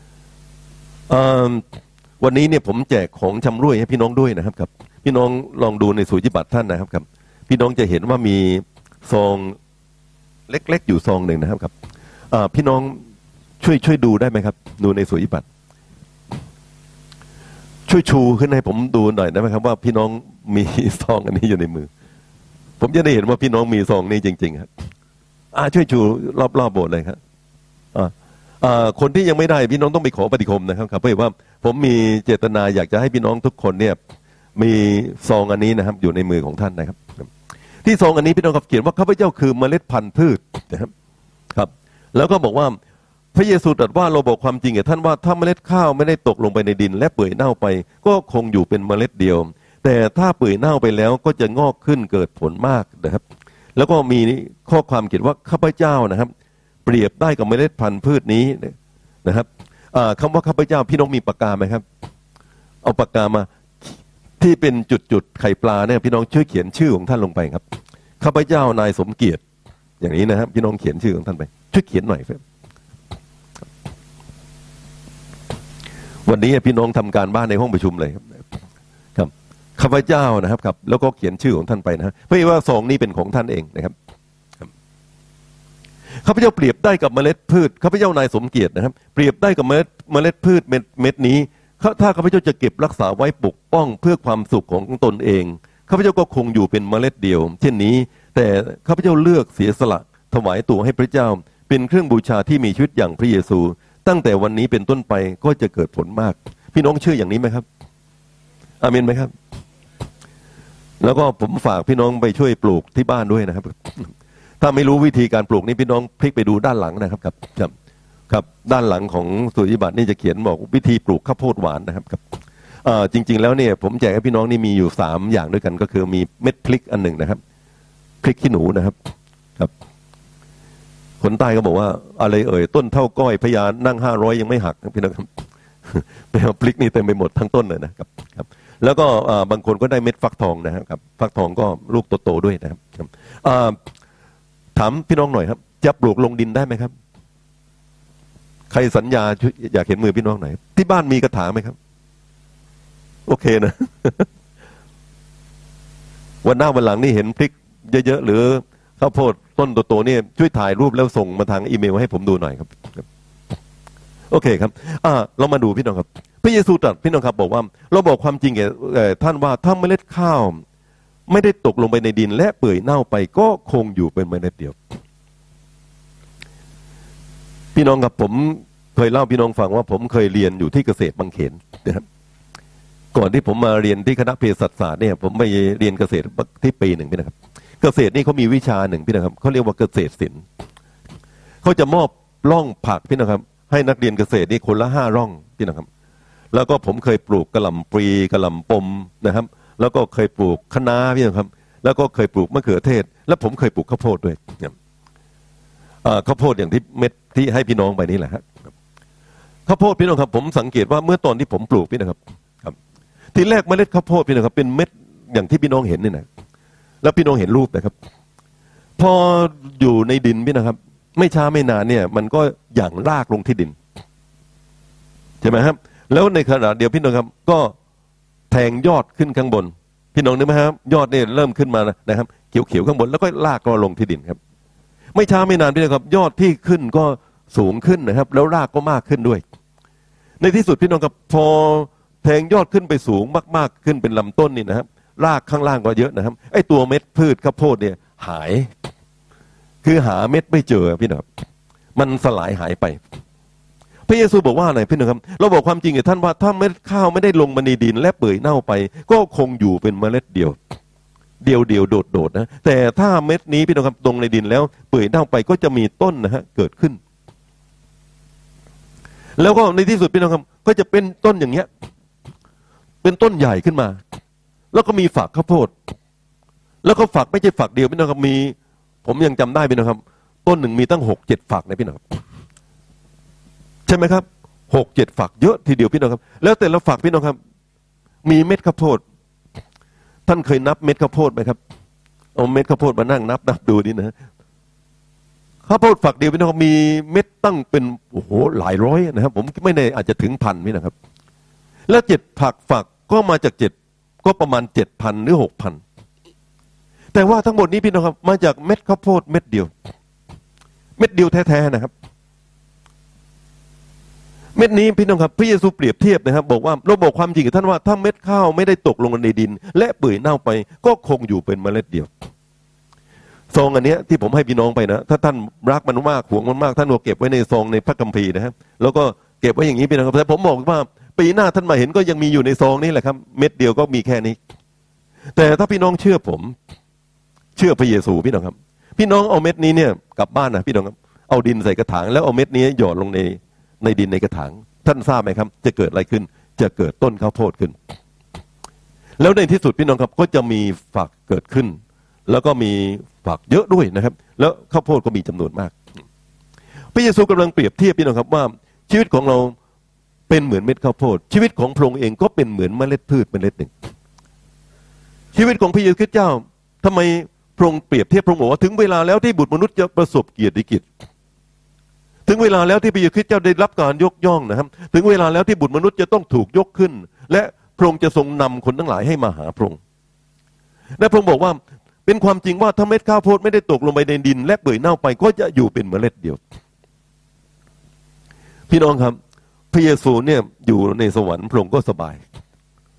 วันนี้เนี่ยผมแจกของชำร่วยให้พี่น้องด้วยนะครับครับพี่น้องลองดูในสุจิบัตรท่านนะครับครับพี่น้องจะเห็นว่ามีซองเล็กๆอยู่ซองหนึ่งนะครับครับพี่น้องช่วยช่วยดูได้ไหมครับดูในสุจิบัตรช่วยชูขึ้นให้ผมดูหน่อยได้ไหมครับว่าพี่น้องมีซองอันนี้อยู่ในมือผมจะได้เห็นว่าพี่น้องมีซองนี้จริงๆครับช่วยชูรอบๆโบสถ์เลยครับคนที่ยังไม่ได้พี่น้องต้องไปขอปฏิคมนะครับครับเพราะว่าผมมีเจตนาอยากจะให้พี่น้องทุกคนเนี่ยมีซองอันนี้นะครับอยู่ในมือของท่านนะครับที่ซองอันนี้พี่น้องครับเขียนว่าข้าพเจ้าคือเมล็ดพันธุ์พืชนะครับครับแล้วก็บอกว่าพระเยซูตรัสว่าเราบอกความจริงแก่ท่านว่าถ้าเมล็ดข้าวไม่ได้ตกลงไปในดินและเปื่อยเน่าไปก็คงอยู่เป็นเมล็ดเดียวแต่ถ้าเปื่อยเน่าไปแล้วก็จะงอกขึ้นเกิดผลมากนะครับแล้วก็มีข้อความเขียนว่าข้าพเจ้านะครับเปรียบได้กับเมล็ดพันธุ์พืชนี้นะครับคำว่าข้าพเจ้าพี่น้องมีปากกาไหมครับเอาปากกามาที่เป็นจุดๆไข่ปลาเนี่ยพี่น้องช่วยเขียนชื่อของท่านลงไปครับข้าพเจ้านายสมเกียรติอย่างนี้นะครับพี่น้องเขียนชื่อของท่านไปช่วยเขียนหน่อยครับวันนี้พี่น้องทำการบ้านในห้องประชุมเลยครับครับข้าพเจ้านะครับครับแล้วก็เขียนชื่อของท่านไปนะเพราะว่าซองนี้เป็นของท่านเองนะครับข้าพเจ้าเปรียบได้กับเมล็ดพืชข้าพเจ้านายสมเกียรตินะครับเปรียบได้กับเมล็ดเมล็ดพืชเม็ดเม็ดนี้ถ้าข้าพเจ้าจะเก็บรักษาไว้ปกป้องเพื่อความสุขของตนเองข้าพเจ้าก็คงอยู่เป็นเมล็ดเดียวเช่นนี้แต่ข้าพเจ้าเลือกเสียสละถวายตัวให้พระเจ้าเป็นเครื่องบูชาที่มีชีวิตอย่างพระเยซูตั้งแต่วันนี้เป็นต้นไปก็จะเกิดผลมากพี่น้องเชื่ออย่างนี้ไหมครับอาเมนไหมครับแล้วก็ผมฝากพี่น้องไปช่วยปลูกที่บ้านด้วยนะครับถ้าไม่รู้วิธีการปลูกนี่พี่น้องพลิกไปดูด้านหลังนะครับครับครับครับด้านหลังของสุริบัตรนี่จะเขียนบอกวิธีปลูกข้าวโพดหวานนะครับครับจริงๆแล้วเนี่ยผมแจกให้พี่น้องนี่มีอยู่สามอย่างด้วยกันก็คือมีเม็ดพริกอันหนึ่งนะครับพริกขี้หนูนะครับครับคนใต้ก็บอกว่าอะไรเอ่ยต้นเท่าก้อยพญานั่งห้าร้อยยังไม่หักพี่น้องครับไปเอาพริกนี่เต็มไปหมดทั้งต้นเลยนะครับครับแล้วก็บางคนก็ได้เม็ดฟักทองนะครับฟักทองก็ลูกโตๆด้วยนะครับถามพี่น้องหน่อยครับจะปลูกลงดินได้ไหมครับใครสัญญาอยากเห็นมือพี่น้องหน่อยที่บ้านมีกระถางไหมครับโอเคนะวันหน้าวันหลังนี่เห็นพริกเยอะๆหรือข้าวโพดต้นโตๆนี่ช่วยถ่ายรูปแล้วส่งมาทางอีเมลให้ผมดูหน่อยครับโอเคครับอ่าเรามาดูพี่น้องครับพระเยซูตรัสพี่น้องครับบอกว่าเราบอกความจริงแก่ท่านว่าถ้าเมล็ดข้าวไม่ได้ตกลงไปในดินและเปื่อยเน่าไปก็คงอยู่เป็นเมล็ดเดียวพี่น้องครับผมเคยเล่าพี่น้องฟังว่าผมเคยเรียนอยู่ที่เกษตรบางเขนนะครับก่อนที่ผมมาเรียนที่คณะเภสัชศาสตร์เนี่ยผมไปเรียนเกษตรที่ปีหนึ่งพี่นะครับเกษตรนี่เขามีวิชาหนึ่งพี่นะครับเขาเรียกว่าเกษตรศิลป์เขาจะมอบร่องผักพี่นะครับให้นักเรียนเกษตรนี่คนละห้าร่องพี่นะครับแล้วก็ผมเคยปลูกกระหล่ำปลีกระหล่ำปมนะครับแล้วก็เคยปลูกคะน้าพี่นะครับแล้วก็เคยปลูกมะเขือเทศและผมเคยปลูกข้าวโพดด้วยข้าวโพดอย่างที่เม็ดที่ให้พี่น้องไปนี่แหละครับข้าวโพดพี่น้องครับผมสังเกตว่าเมื่อตอนที่ผมปลูกพี่นะครับครับทีแรกเมล็ดข้าวโพดพี่นะครับเป็นเม็ดอย่างที่พี่น้องเห็นนี่นะแล้วพี่น้องเห็นรูปนะครับพออยู่ในดินพี่นะครับไม่ช้าไม่นานเนี่ยมันก็หยั่งรากลงที่ดินใช่ไหมครับแล้วในขณะเดียวพี่น้องครับก็แทงยอดขึ้นข้างบนพี่น้องนึกไหมครับยอดเนี่ยเริ่มขึ้นมานะครับเขียวๆข้างบนแล้วก็รากก็ลงที่ดินครับไม่ช้าไม่นานพี่น้องครับยอดที่ขึ้นก็สูงขึ้นนะครับแล้วรากก็มากขึ้นด้วยในที่สุดพี่น้องครับพอแทงยอดขึ้นไปสูงมากๆขึ้นเป็นลำต้นนี่นะครับรากข้างล่างก็เยอะนะครับไอ้ตัวเม็ดพืชข้าวโพดเนี่ยหายคือหาเม็ดไม่เจอพี่น้องครับมันสลายหายไปพระเยซูบอกว่าอะไรพี่น้องครับเราบอกความจริงกับท่านว่าถ้าเม็ดข้าวไม่ได้ลงมาในดินและเปื่อยเน่าไปก็คงอยู่เป็นเมล็ดเดียวเดียวเดียวโดดโดดนะแต่ถ้าเม็ดนี้พี่น้องครับลงในดินแล้วเปื่อยเน่าไปก็จะมีต้นนะฮะเกิดขึ้นแล้วก็ในที่สุดพี่น้องครับก็จะเป็นต้นอย่างเงี้ยเป็นต้นใหญ่ขึ้นมาแล้วก็มีฝักข้าวโพดแล้วก็ฝักไม่ใช่ฝักเดียวพี่น้องครับมีผมยังจำได้พี่น้องครับต้นหนึ่งมีตั้งหกเจ็ดฝักนะพี่น้องครับใช่ไหมครับหกเจ็ดฝักเยอะทีเดียวพี่น้องครับแล้วแต่ละฝักพี่น้องครับมีเม็ดข้าวโพดท่านเคยนับเม็ดข้าวโพดไหมครับเอาเม็ดข้าวโพดมานั่งนับนับดูดินะข้าวโพดฝักเดียวพี่น้องมีเม็ดตั้งเป็นโอ้โหหลายร้อยนะครับผมไม่แน่อาจจะถึงพันพี่นะครับแล้วเจ็ดผักฝักก็มาจากเจ็ดก็ประมาณเจ็ดพันหรือหกพันแต่ว่าทั้งหมดนี้พี่น้องครับมาจากเม็ดข้าวโพดเม็ดเดียวเม็ดเดียวแท้ๆนะครับเม็ดนี้พี่น้องครับพระเยซูเปรียบเทียบนะครับบอกว่าเราบอกความจริงกับท่านว่าถ้าเม็ดข้าวไม่ได้ตกลงในดินและเปื่อยเน่าไปก็คงอยู่เป็นเมล็ดเดียวซองอันนี้ที่ผมให้พี่น้องไปนะถ้าท่านรักมันมากหวงมันมากท่านก็เก็บไว้ในซองในพระคัมภีร์นะครับแล้วก็เก็บไว้อย่างนี้พี่น้องครับแต่ผมบอกว่าปีหน้าท่านมาเห็นก็ยังมีอยู่ในซองนี้แหละครับเม็ดเดียวก็มีแค่นี้แต่ถ้าพี่น้องเชื่อผมเชื่อพระเยซูพี่น้องครับพี่น้องเอาเม็ดนี้เนี่ยกลับบ้านนะพี่น้องครับเอาดินใส่กระถางแล้วเอาเม็ดนี้หยอดลงในในดินในกระถางท่านทราบไหมครับจะเกิดอะไรขึ้นจะเกิดต้นข้าวโพดขึ้นแล้วในที่สุดพี่น้องครับก็จะมีฝักเกิดขึ้นแล้วก็มีฝักเยอะด้วยนะครับแล้วข้าวโพดก็มีจำนวนมากพระเยซูกำลังเปรียบเทียบพี่น้องครับว่าชีวิตของเราเป็นเหมือนเม็ดข้าวโพดชีวิตของพระองค์เองก็เป็นเหมือนเมล็ดพืชเมล็ดหนึ่งชีวิตของพระเยซูคริสต์เจ้าทำไมพระองค์เปรียบเทียบพระองค์บอกว่าถึงเวลาแล้วที่บุตรมนุษย์จะประสบเกียรติกิจถึงเวลาแล้วที่พระเยซูคริสต์เจ้าได้รับการยกย่องนะครับถึงเวลาแล้วที่บุตรมนุษย์จะต้องถูกยกขึ้นและพระองค์จะทรงนำคนทั้งหลายให้มาหาพระองค์และพระองค์บอกว่าเป็นความจริงว่าถ้าเม็ดข้าวโพดไม่ได้ตกลงไปในดินและเปื่อยเน่าไปก็จะอยู่เป็นเมล็ดเดียวพี่น้องครับพระเยซูเนี่ยอยู่ในสวรรค์พระองค์ก็สบาย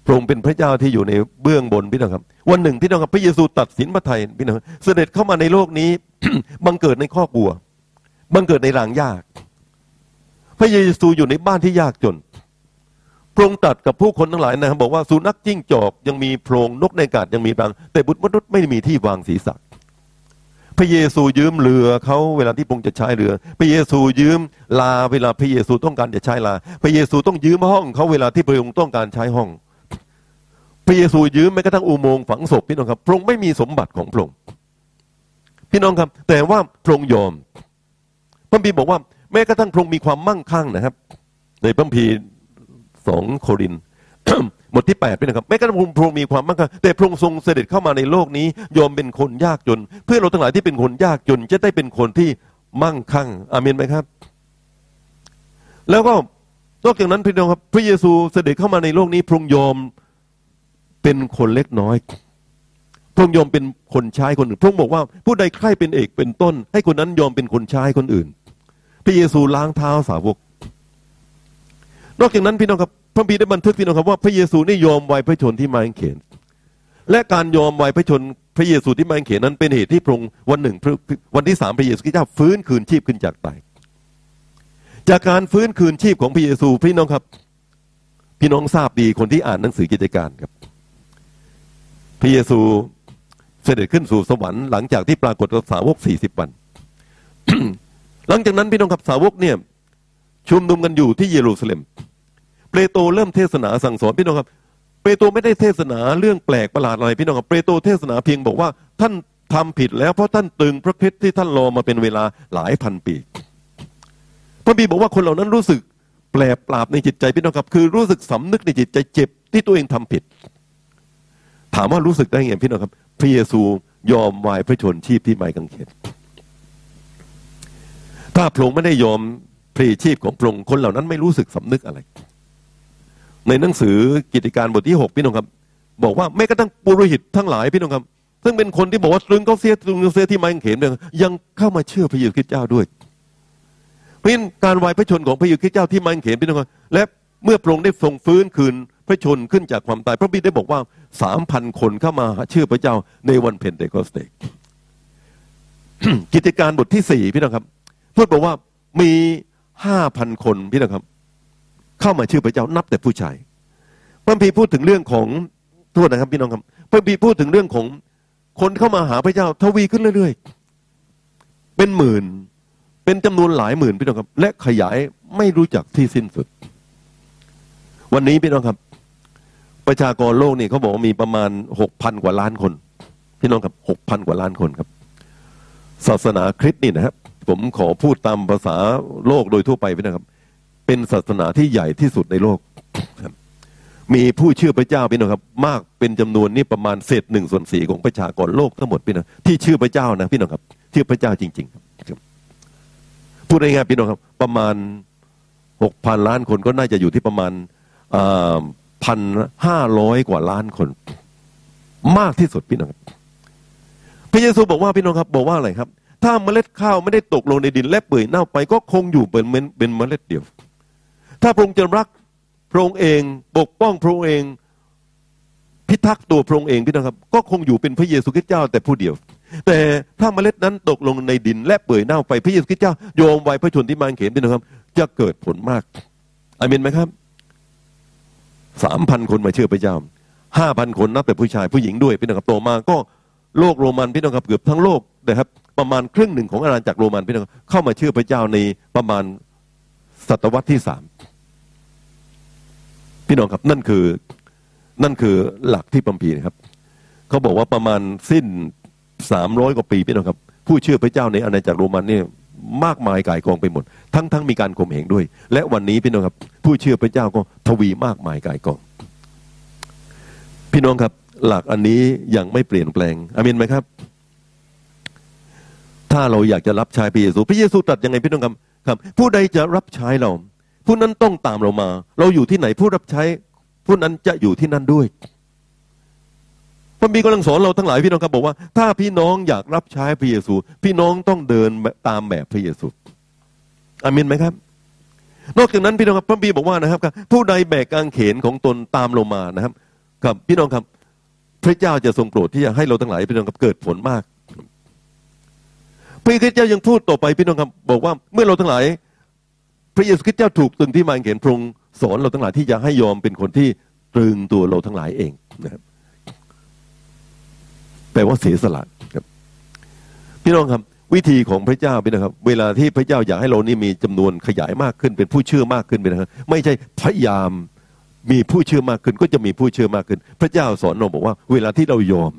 พระองค์เป็นพระเจ้าที่อยู่ในเบื้องบนพี่น้องครับวันหนึ่งพี่น้องครับพระเยซูตัดสินพระทัยพี่น้องเสด็จเข้ามาในโลกนี้ บังเกิดในครอบครัวบังเกิดในหลังยากพระเยซูอยู่ในบ้านที่ยากจนพระองค์ตรัสกับผู้คนทั้งหลายนะครับบอกว่าสุนัขจิ้งจอกยังมีโพรงนกในอากาศยังมีรังแต่บุตรมนุษย์ไม่มีที่วางศีรษะพระเยซูยืมเรือเขาเวลาที่พระองค์จะใช้เรือพระเยซูยืมลาเวลาพระเยซูต้องการจะใช้ลาพระเยซูต้องยืมห้องเขาเวลาที่พระองค์ต้องการใช้ห้องพระเยซูยืมแม้กระทั่งอุโมงค์ฝังศพพี่น้องครับพระองค์ไม่มีสมบัติของพระองค์พี่น้องครับแต่ว่าพระองค์ยอมพระคัมภีร์บอกว่าแม้กระทั่งพระองค์มีความมั่งคั่งนะครับในพระคัมภีร์สองโครินธ์ บทที่แปดพี่นะครับแม้กระทั่งพระองค์มีความมั่งคั่งแต่พระองค์ทรงเสด็จเข้ามาในโลกนี้ยอมเป็นคนยากจนเพื่อเราทั้งหลายที่เป็นคนยากจนจะได้เป็นคนที่มั่งคั่งอาเมนไหมครับแล้วก็นอกจากนั้นพี่น้องครับพระเยซูเสด็จเข้ามาในโลกนี้พระองค์ยอมเป็นคนเล็กน้อยพระองค์ยอมเป็นคนใช้คนอื่นพระองค์บอกว่าผู้ใดใคร่เป็นเอกเป็นต้นให้คนนั้นยอมเป็นคนใช้คนอื่นพระเยซูล้างเท้าสาวกนอกจากนั้นพี่น้องครับพระคัมภีร์ได้บันทึกพี่น้องครับว่าพระเยซูได้ยอมไว้พระชนที่ไม้กางเขนและการยอมไว้พระชนพระเยซูที่ไม้กางเขนนั้นเป็นเหตุที่พระองค์วันหนึ่งวันที่สามพระเยซูคริสต์เจ้าฟื้นคืนชีพขึ้นจากตายจากการฟื้นคืนชีพของพระเยซูพี่น้องครับพี่น้องทราบดีคนที่อ่านหนังสือกิจการครับพระเยซูเสด็จขึ้นสู่สวรรค์หลังจากที่ปรากฏกับสาวกสี่สิบวัน หลังจากนั้นพี่น้องครับสาวกเนี่ยชุมนุมกันอยู่ที่เยรูซาเล็มเปโตรเริ่มเทศนาสั่งสอนพี่น้องครับเปโตรไม่ได้เทศนาเรื่องแปลกประหลาดอะไรพี่น้องครับเปโตรเทศนาเพียงบอกว่าท่านทำผิดแล้วเพราะท่านตึงพระคริสต์ที่ท่านรอมาเป็นเวลาหลายพันปีพระบีบอกว่าคนเหล่านั้นรู้สึกแปลกปราบในจิตใจพี่น้องครับคือรู้สึกสำนึกในจิตใจเจ็บที่ตัวเองทำผิดถามว่ารู้สึกได้ไงพี่น้องครับพระเยซูยอมวายพระชนชีพที่ไม้กางเขนถ้าพระองค์ไม่ได้ยอมพระชีพของพระองค์คนเหล่านั้นไม่รู้สึกสำนึกอะไรในหนังสือกิจการบทที่หกพี่น้องครับบอกว่าแม้กระทั่งปุโรหิตทั้งหลายพี่น้องครับซึ่งเป็นคนที่บอกว่าตรึงเขาเสียตรึงเขาเสียที่ไม้กางเขนยังเข้ามาเชื่อพระเยซูคริสต์เจ้าด้วยเพราะฉะนั้นการวายพระชนของพระเยซูคริสต์เจ้าที่ไม้กางเขนพี่น้องครับและเมื่อพระองค์ได้ทรงฟื้นคืนพระชนขึ้นจากความตายพระบิดาได้บอกว่าสามพันคนเข้ามาเชื่อพระเจ้าในวันเพนเทคอสเต กิจการบทที่สี่พี่น้องครับพูดบอกว่ามีห้าพันคนพี่น้องครับเข้ามาเชื่อพระเจ้านับแต่ผู้ชายพระคัมภีร์พูดถึงเรื่องของโทษนะครับพี่น้องครับพระคัมภีร์พูดถึงเรื่องของคนเข้ามาหาพระเจ้าทวีขึ้นเรื่อยๆเป็นหมื่นเป็นจำนวนหลายหมื่นพี่น้องครับและขยายไม่รู้จักที่สิ้นสุดวันนี้พี่น้องครับประชากรโลกนี่เขาบอกว่ามีประมาณหกพันกว่าล้านคนพี่น้องครับหกพันกว่าล้านคนครับศาสนาคริสต์นี่นะครับผมขอพูดตามภาษาโลกโดยทั่วไปพี่นะครับเป็นศาสนาที่ใหญ่ที่สุดในโลกมีผู้เชื่อพระเจ้าพี่น้องครับมากเป็นจำนวนนี่ประมาณเศษหนึ่งส่วนสี่ของประชากรโลกทั้งหมดพี่น้องที่เชื่อพระเจ้านะพี่น้องครับเชื่อพระเจ้าจริงๆครับพูดง่ายๆพี่น้องครับประมาณหกพันล้านคนก็น่าจะอยู่ที่ประมาณพันห้าร้อยกว่าล้านคนมากที่สุดพี่น้องครับพระเยซูบอกว่าพี่น้องครับบอกว่าอะไรครับถ้าเมล็ดข้าวไม่ได้ตกลงในดินและเปื่อยเน่าไปก็คงอยู่เป็นเป็นเมล็ดเดียวถ้าพระองค์จะรักพระองค์เองปกป้องพระองค์เองพิทักษ์ตัวพระองค์เองพี่น้องครับก็คงอยู่เป็นพระเยซูคริสต์เจ้าแต่ผู้เดียวแต่ถ้าเมล็ดนั้นตกลงในดินและเปื่อยเน่าไปพระเยซูคริสต์เจ้ายอมไว้พระชนที่ไม้กางเขนพี่น้องครับจะเกิดผลมากอาเมนไหมครับสามพันคนมาเชื่อพระเจ้าห้าพันคนนับแต่ผู้ชายผู้หญิงด้วยพี่น้องครับต่อมาก็โลกโรมันพี่น้องครับเกือบทั้งโลกนะครับประมาณครึ่งหนึ่งของอาณาจักรโรมันพี่น้องเข้ามาเชื่อพระเจ้าในประมาณศตวรรษที่สามพี่น้องครับนั่นคือนั่นคือหลักที่คัมภีร์นะครับเขาบอกว่าประมาณสิ้นสามร้อยกว่าปีพี่น้องครับผู้เชื่อพระเจ้าในอาณาจักรโรมันเนี่ยมากมายก่ายกองไปหมดทั้งทั้งมีการข่มเหงด้วยและวันนี้พี่น้องครับผู้เชื่อพระเจ้าก็ทวีมากมายก่ายกองพี่น้องครับหลักอันนี้ยังไม่เปลี่ยนแปลงอาเมนไหมครับถ้าเราอยากจะรับใช้พระเยซูพระเยซูตรัสยังไงพี่น้องครับครับผู้ใดจะรับใช้เราผู้นั้นต้องตามเรามาเราอยู่ที่ไหนผู้รับใช้ผู้นั้นจะอยู่ที่นั่นด้วยพระบิดากำลังสอนเราทั้งหลายพี่น้องครับบอกว่าถ้าพี่น้องอยากรับใช้พระเยซูพี่น้องต้องเดินตามแบบพระเยซูอาเมนไหมครับนอกจากนั้นพี่น้องครับพระบิดาบอกว่านะครับผู้ใดแบกกางเขนของตนตามเรามานะครับครับพี่น้องครับพระเจ้าจะทรงโปรดที่จะให้เราทั้งหลายพี่น้องครับเกิดผลมากพระคริสต์เจ้ายังพูดต่อไปพี่น้องครับบอกว่าเมื่อเราทั้งหลายพระเยซูคริสต์เจ้าถูกตรึงที่ไม้กางเขนพระองค์สอนเราทั้งหลายที่จะให้ยอมเป็นคนที่ตรึงตัวเราทั้งหลายเองนะครับแปลว่าเสียสละครับพี่น้องครับวิธีของพระเจ้าพี่นะครับเวลาที่พระเจ้าอยากให้เรานี่มีจำนวนขยายมากขึ้นเป็นผู้เชื่อมากขึ้นไปนะครับไม่ใช่พยายามมีผู้เชื่อมากขึ้นก็จะมีผู้เชื่อมากขึ้นพระเจ้าสอนเราบอกว่าเวลาที่เรายอม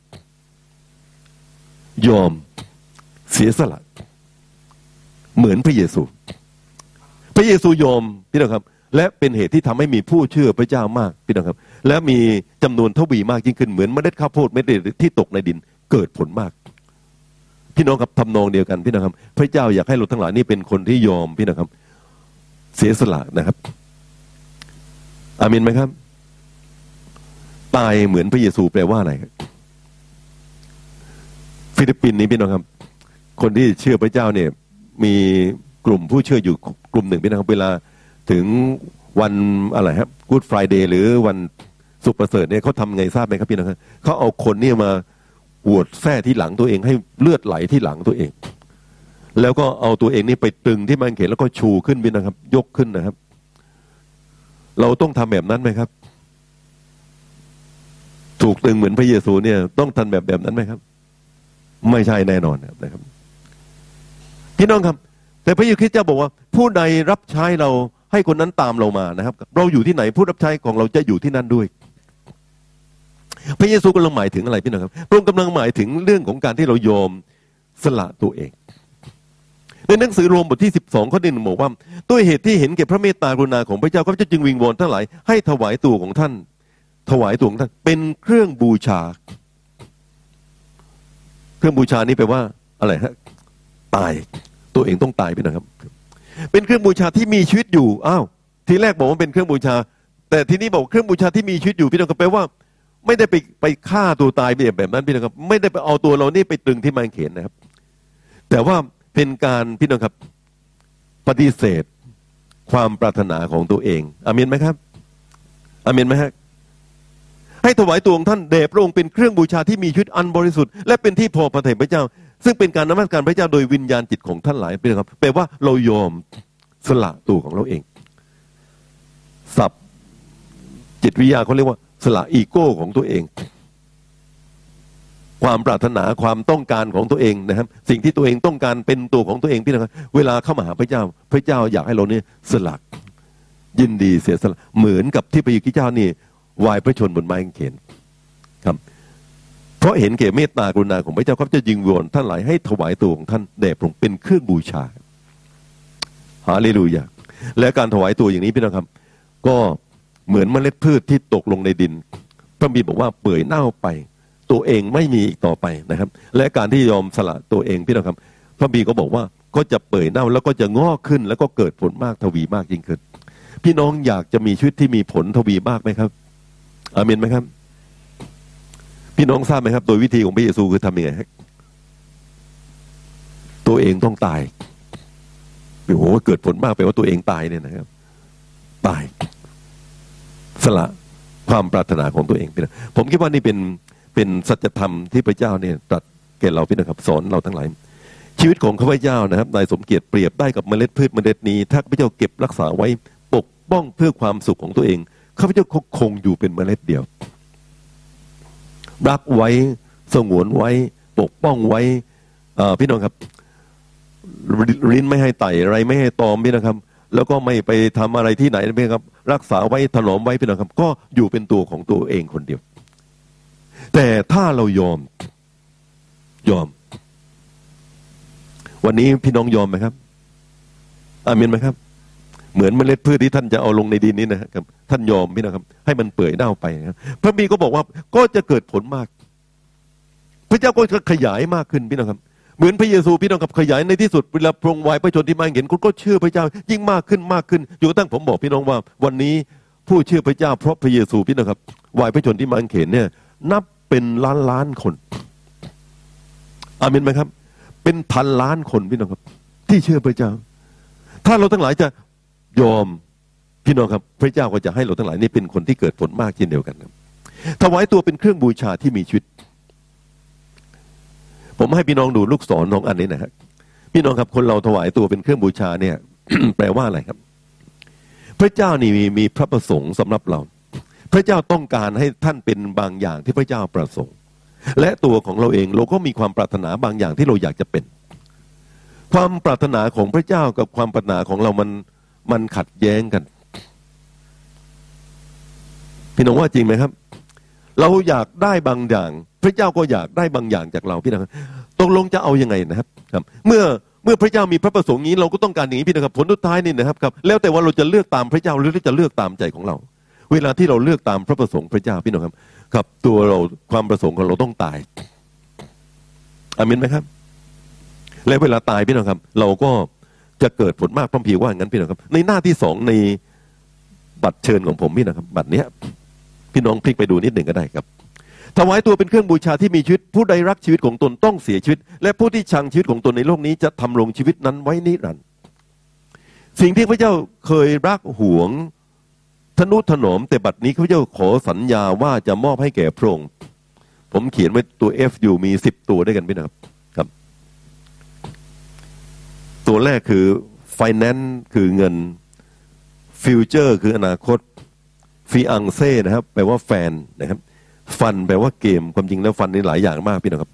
ยอมเสียสละเหมือนพระเยซูพระเยซูยอมพี่น้องครับและเป็นเหตุที่ทำให้มีผู้เชื่อพระเจ้ามากพี่น้องครับและมีจำนวนทวีมากยิ่งขึ้นเหมือนเมล็ดข้าวโพดเม็ดเล็กที่ตกในดินเกิดผลมากพี่น้องครับทำนองเดียวกันพี่น้องครับพระเจ้าอยากให้เราทั้งหลายนี่เป็นคนที่ยอมพี่น้องครับเสียสละนะครับอาเมนไหมครับตายเหมือนพระเยซูแปลว่าอะไรครับฟิลิปปินส์นี้พี่น้องครับคนที่เชื่อพระเจ้าเนี่ยมีกลุ่มผู้เชื่ออยู่กลุ่มหนึ่งพี่น้องครับเวลาถึงวันอะไรครับกู๊ดไฟเดย์หรือวันสุขประเสริฐเนี่ยเขาทำไงทราบไหมครับพี่น้องครับเขาเอาคนนี่มาหวดแส้ที่หลังตัวเองให้เลือดไหลที่หลังตัวเองแล้วก็เอาตัวเองนี่ไปตึงที่ไม้กางเขนแล้วก็ชูขึ้นพี่นะครับยกขึ้นนะครับเราต้องทำแบบนั้นไหมครับถูกตึงเหมือนพระเยซูเนี่ยต้องทำแบบแบบนั้นไหมครับไม่ใช่แน่นอนนะครับพี่น้องครับแต่พระเยซูคริสต์เจ้าบอกว่าผู้ใดรับใช้เราให้คนนั้นตามเรามานะครับเราอยู่ที่ไหนผู้รับใช้ของเราจะอยู่ที่นั่นด้วยพระเยซูกำลังหมายถึงอะไรพี่น้องครับพระองค์กำลังหมายถึงเรื่องของการที่เรายอมสละตัวเองในหนังสือโรมบทที่สิบสองข้อหนึ่งบอกว่าด้วยเหตุที่เห็นแก่พระเมตตากรุณาของพระเจ้าข้าพเจ้าจึงวิงวอนทั้งหลายให้ถวายตัวของท่านถวายตัวของท่านเป็นเครื่องบูชาเครื่องบูชานี้แปลว่าอะไรฮะตายตัวเองต้องตายไปนะครับเป็นเครื่องบูชาที่มีชีวิตอยู่อ้าวทีแรกบอกว่าเป็นเครื่องบูชาแต่ทีนี้บอกเครื่องบูชาที่มีชีวิตอยู่พี่น้องก็แปลว่าไม่ได้ไปไปฆ่าตัวตายแบบนั้นพี่น้องครับไม่ได้ไปเอาตัวเรานี่ไปตรึงที่ไม้กางเขนนะครับแต่ว่าเป็นการพี่น้องครับปฏิเสธความปรารถนาของตัวเองอาเมนไหมครับอาเมนไหมฮะให้ถวายตัวของท่านแด่พระองค์เป็นเครื่องบูชาที่มีชีวิตอันบริสุทธิ์และเป็นที่พอพระทัยพระเจ้าซึ่งเป็นการนมัสการพระเจ้าโดยวิญญาณจิตของท่านหลายเป็นครับแปลว่าเรายอมสละตัวของเราเองศัพท์จิตวิทยาเขาเรียกว่าสละอีโก้ของตัวเองความปรารถนาความต้องการของตัวเองนะครับสิ่งที่ตัวเองต้องการเป็นตัวของตัวเองพี่นะครับเวลาเข้ามาหาพระเจ้าพระเจ้าอยากให้เราเนี่ยสละยินดีเสียสละเหมือนกับที่พระเยซูคริสต์เจ้านี่วายพระชนบนไม้กางเขนครับเพราะเห็นแก่เมตตากรุณาของพระเจ้าเขาจะยิงวอนท่านหลายให้ถวายตัวของท่านแด่พระองค์เป็นเครื่องบูชาฮาเลลูยาและการถวายตัวอย่างนี้พี่นะครับก็เหมือนเมล็ดพืชที่ตกลงในดินพระบิดาบอกว่าเปื่อยเน่าไปตัวเองไม่มีอีกต่อไปนะครับและการที่ยอมสละตัวเองพี่น้องครับพระบิดาก็บอกว่าก็จะเปื่อยเน่าแล้วก็จะงอกขึ้นแล้วก็เกิดผลมากทวีมากยิ่งขึ้นพี่น้องอยากจะมีชีวิตที่มีผลทวีมากไหมครับอาเมนไหมครับพี่น้องทราบไหมครับโดยวิธีของพระเยซูคือทำยังไงครับตัวเองต้องตายโอ้โหเกิดผลมากแปลว่าตัวเองตายเนี่ยนะครับตายสละความปรารถนาของตัวเองพี่น้องผมคิดว่านี่เป็นเป็นสัจธรรมที่พระเจ้าเนี่ยตรัสแก่เราพี่น้องครับสอนเราทั้งหลายชีวิตของข้าพเจ้านะครับนายสมเกียรติเปรียบได้กับเมล็ดพืชเมล็ดนี้ถ้าข้าพเจ้าเก็บรักษาไว้ปกป้องเพื่อความสุขของตัวเองข้าพเจ้าคงอยู่เป็นเมล็ดเดียวรักไว้สงวนไว้ปกป้องไว้พี่น้องครับลิ้นไม่ให้ไต่อะไรไม่ให้ตอมพี่น้องครับแล้วก็ไม่ไปทำอะไรที่ไหนพี่น้องครับรักษาไว้ถนอมไว้พี่น้องครับก็อยู่เป็นตัวของตัวเองคนเดียวแต่ถ้าเรายอมยอมวันนี้พี่น้องยอมไหมครับอาเมนไหมครับเหมือนเมล็ดพืชที่ท่านจะเอาลงในดินนี้นะครับท่านยอมพี่นะครับให้มันเปื่อยเน่าไปนะครับพระบิดาก็บอกว่าก็จะเกิดผลมากพระเจ้าก็จะขยายมากขึ้นพี่นะครับเหมือนพระเยซูพี่น้องกับขยายในที่สุดเวลาพระองค์วายพระชนที่มาเห็นคุณก็เชื่อพระเจ้ายิ่งมากขึ้นมากขึ้นอยู่ตั้งผมบอกพี่น้องว่าวันนี้ผู้เชื่อพระเจ้าเพราะพระเยซูพี่น้องครับวายพระชนที่มาเห็นเนี่ยนับเป็นล้านล้านคนอาเมนไหมครับเป็นพันล้านคนพี่น้องครับที่เชื่อพระเจ้าถ้าเราทั้งหลายจะยอมพี่น้องครับพระเจ้าก็จะให้เราทั้งหลายนี่เป็นคนที่เกิดผลมากเช่นเดียวกันครับถวายตัวเป็นเครื่องบูชาที่มีชีวิตผมให้พี่น้องดูลูกศรน้องอันนี้นะครับพี่น้องครับคนเราถวายตัวเป็นเครื่องบูชาเนี่ย แปลว่าอะไรครับพระเจ้านี่มีมีพระประสงค์สำหรับเราพระเจ้าต้องการให้ท่านเป็นบางอย่างที่พระเจ้าประสงค์และตัวของเราเองเราก็มีความปรารถนาบางอย่างที่เราอยากจะเป็นความปรารถนาของพระเจ้ากับความปรารถนาของเรามันมันขัดแย้งกันพี่น้องว่าจริงไหมครับเราอยากได้บางอย่างพระเจ้าก็อยากได้บางอย่างจากเราพี่น้องตกลงจะเอายังไงนะครับครับเมื่อเมื่อพระเจ้ามีพระประสงค์นี้เราก็ต้องการอย่างนี้พี่น้องครับผลสุดท้ายนี่นะครับครับแล้วแต่ว่าเราจะเลือกตามพระเจ้าหรือจะเลือกตามใจของเราเวลาที่เราเลือกตามพระประสงค์พระเจ้าพี่น้องครับครับตัวเราความประสงค์ของเราต้องตายอาเมนไหมครับและเวลาตายพี่น้องครับเราก็จะเกิดผลมากพร้อมพีว่างั้นพี่น้องครับในหน้าที่สองในบัตรเชิญของผมพี่น้องครับบัตรเนี้ยพี่น้องพลิกไปดูนิดหนึ่งก็ได้ครับถวายตัวเป็นเครื่องบูชาที่มีชีวิตผู้ใดรักชีวิตของตนต้องเสียชีวิตและผู้ที่ชังชีวิตของตนในโลกนี้จะทำลงชีวิตนั้นไว้นิรันดร์สิ่งที่พระเจ้าเคยรักหวงทนุถนอมแต่บัดนี้พระเจ้าขอสัญญาว่าจะมอบให้แก่พระองค์ผมเขียนไว้ตัว F อยู่มีสิบตัวด้วยกันพี่นะครับครับตัวแรกคือ finance คือเงิน future คืออนาคต fiancé นะครับแปลว่าแฟนนะครับฟันแปลว่าเกมความจริงแล้วฟันนี่หลายอย่างมากพี่นะครับ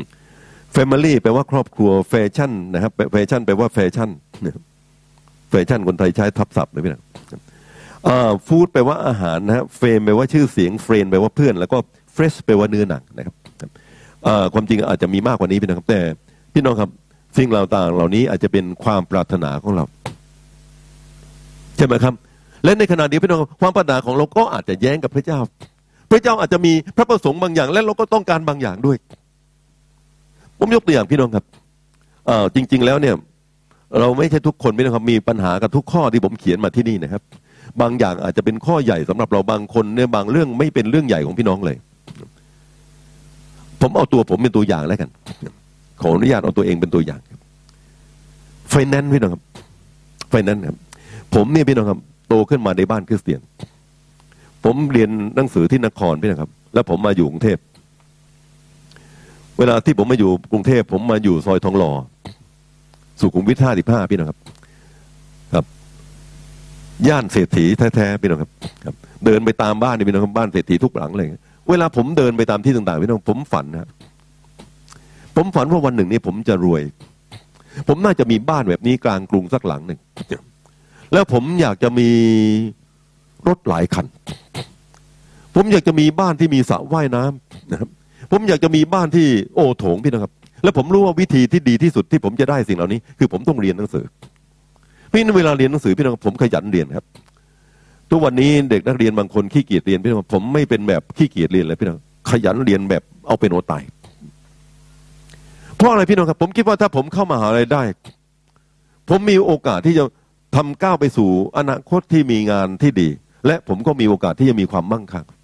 family แปลว่าครอบครัวแฟชั่นนะครับแฟชั่นแปลว่าแฟชั่นแฟชั่นคนไทยใช้ทับศัพท์เลยพี่นะครับอ่าฟู้ดแปลว่าอาหารนะครับเฟมแปลว่าชื่อเสียงเฟรนแปลว่าเพื่อนแล้วก็เฟรชแปลว่าเนื้อหนังนะครับอ่าความจริงอาจจะมีมากกว่านี้พี่นะครับแต่พี่น้องครับสิ่งเหล่าต่างเหล่านี้อาจจะเป็นความปรารถนาของเราใช่ไหมครับและในขณะเดียวกันพี่น้องความปรารถนาของเราก็อาจจะแย้งกับพระเจ้าพระเจ้าอาจจะมีพระประสงค์บางอย่างและเราก็ต้องการบางอย่างด้วยผมยกตัวอย่างพี่น้องครับอ่าจริงๆแล้วเนี่ยเราไม่ใช่ทุกคนพี่น้องครับมีปัญหากับทุกข้อที่ผมเขียนมาที่นี่นะครับบางอย่างอาจจะเป็นข้อใหญ่สำหรับเราบางคนเนี่ยบางเรื่องไม่เป็นเรื่องใหญ่ของพี่น้องเลยผมเอาตัวผมเป็นตัวอย่างแล้วกันขออนุญาตเอาตัวเองเป็นตัวอย่างไฟแนนซ์พี่น้องครับไฟแนนซ์ครับผมเนี่ยพี่น้องครับโตขึ้นมาในบ้านคริสเตียนผมเรียนหนังสือที่นครพี่นะครับแล้วผมมาอยู่กรุงเทพเวลาที่ผมมาอยู่กรุงเทพผมมาอยู่ซอยทองหล่อสุขุมวิทห้าสิบห้าพี่นะครับครับย่านเศรษฐีแท้ๆพี่น้องครับครับเดินไปตามบ้านนี่พี่น้องครับบ้านเศรษฐีทุกหลังเลยเวลาผมเดินไปตามที่ต่างๆพี่น้องผมฝันนะผมฝันว่าวันหนึ่งนี้ผมจะรวยผมน่าจะมีบ้านแบบนี้กลางกรุงสักหลังหนึ่งแล้วผมอยากจะมีรถหลายคันผมอยากจะมีบ้านที่มีสระว่ายน้ำนะครับผมอยากจะมีบ้านที่โอโถงพี่นะครับแล้วผมรู้ว่าวิธีที่ดีที่สุดที่ผมจะได้สิ่งเหล่านี้คือผมต้องเรียนหนังสือพี่เวลาเรียนหนังสือพี่น้องผมขยันเรียนครับทุกวันนี้เด็กนักเรียนบางคนขี้เกียจเรียนพี่น้องผมไม่เป็นแบบขี้เกียจเรียนเลยพี่น้องขยันเรียนแบบเอาเป็นโอตายเพราะอะไรพี่น้องครับผมคิดว่าถ้าผมเข้ามหาลัยได้ผมมีโอกาสที่จะทำก้าวไปสู่อนาคตที่มีงานที่ดีและผมก็มีโอกาสที่จะมีความมั่งคั่ง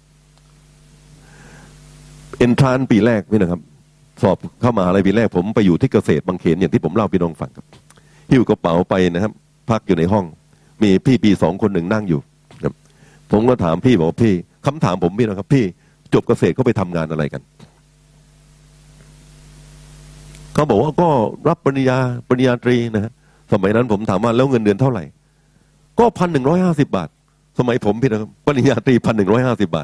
เอนทรานปีแรกพี่นะครับสอบเข้ามหาลัยปีแรกผมไปอยู่ที่เกษตรบางเขนอย่างที่ผมเล่าพี่น้องฟังครับหิ้วกระเป๋าไปนะครับพักอยู่ในห้องมีพี่ปีสองคนหนึ่งนั่งอยู่ผมก็ถามพี่บอกว่าพี่คำถามผมพี่นะครับพี่จบเกษตรก็ไปทำงานอะไรกันเขาบอกว่าก็รับปริญญาปริญญาตรีนะฮะสมัยนั้นผมถามว่าแล้วเงินเดือนเท่าไหร่ก็พันหนึ่งร้อยห้าสิบบาทสมัยผมพี่นะครับปริญญาตรีพันหนึ่งร้อยห้าสิบบาท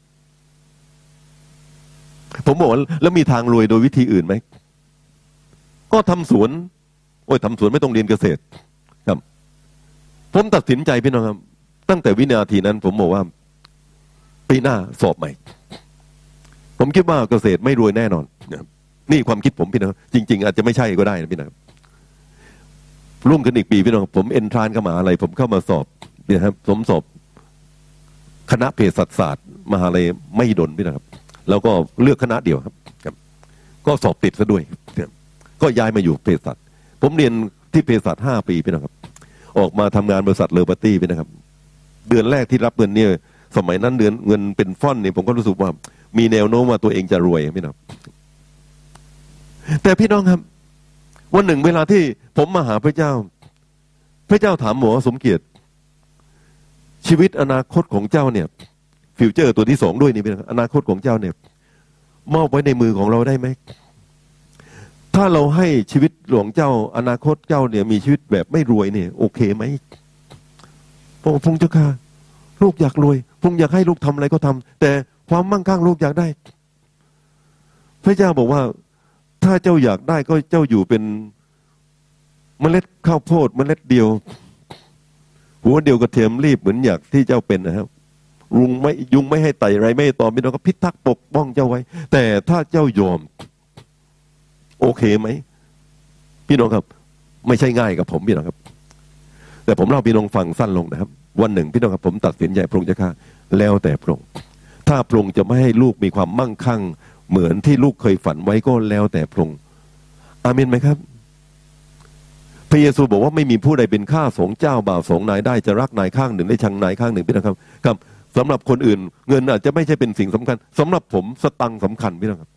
ผมบอกแล้วมีทางรวยโดยวิธีอื่นไหมก็ทำสวนโอ้ยทำสวนไม่ต้องเรียนเกษตรครับผมตัดสินใจพี่น้องครับตั้งแต่วินาทีนั้นผมบอกว่าปีหน้าสอบใหม่ผมคิดว่าเกษตรไม่รวยแน่นอนนี่ความคิดผมพี่น้องจริงๆอาจจะไม่ใช่ก็ได้นะพี่น้องร่วมกันอีกปีพี่น้องผมเอนทรานเข้ามาอะไรผมเข้ามาสอบนะครับผมสอบคณะเภสัชศาสตร์มหาลัยไม่ดลพี่น้องครับแล้วก็เลือกคณะเดียวครับก็สอบติดซะด้วยก็ย้ายมาอยู่เภสัชผมเรียนที่เภสัชห้าปีพี่น้องครับออกมาทำงานบริษัทเลอร์บัตตี้พี่นะครับเดือนแรกที่รับเงินเนี่ยสมัยนั้นเดือนเงินเป็นฟ่อนเนี่ยผมก็รู้สึกว่ามีแนวโน้มว่าตัวเองจะรวยพี่น้องแต่พี่น้องครับวันหนึ่งเวลาที่ผมมาหาพระเจ้าพระเจ้าถามหมอสมเกียรติชีวิตอนาคตของเจ้าเนี่ยฟิวเจอร์ตัวที่สองด้วยนี่เป็นอนาคตของเจ้าเนี่ยมอบไว้ในมือของเราได้ไหมถ้าเราให้ชีวิตหลวงเจ้าอนาคตเจ้าเนี่ยมีชีวิตแบบไม่รวยเนี่ยโอเคไหมพระองค์เจ้าค่ะลูกอยากรวยพระองค์อยากให้ลูกทำอะไรก็ทำแต่ความมั่งคั่งลูกอยากได้พระเจ้าบอกว่าถ้าเจ้าอยากได้ก็เจ้าอยู่เป็นเมล็ดข้าวโพดเมล็ดเดียวหัวเดียวกระเทียมรีบเหมือนอยากที่เจ้าเป็นนะครับยุงไม่ยุงไม่ให้ไต่ไรไม่ให้ตอมพี่น้องก็พิทักษ์ปกป้องเจ้าไว้แต่ถ้าเจ้ายอมโอเคไหมพี่น้องครับไม่ใช่ง่ายกับผมพี่น้องครับแต่ผมเล่าพี่น้องฟังสั้นลงนะครับวันหนึ่งพี่น้องครับผมตัดสินใจพระองค์เจ้าค่ะแล้วแต่พระองค์ถ้าพระองค์จะไม่ให้ลูกมีความมั่งคั่งเหมือนที่ลูกเคยฝันไว้ก็แล้วแต่พระองค์อาเมนไหมครับพระเยซูบอกว่าไม่มีผู้ใดเป็นข้าสงฆ์เจ้าบ่าวสงฆ์นายได้จะรักนายข้างหนึ่งได้ชังนายข้างหนึ่งพี่น้องครับครับสำหรับคนอื่นเงินอาจจะไม่ใช่เป็นสิ่งสำคัญสำหรับผมสตังค์สำคัญพี่น้องครับ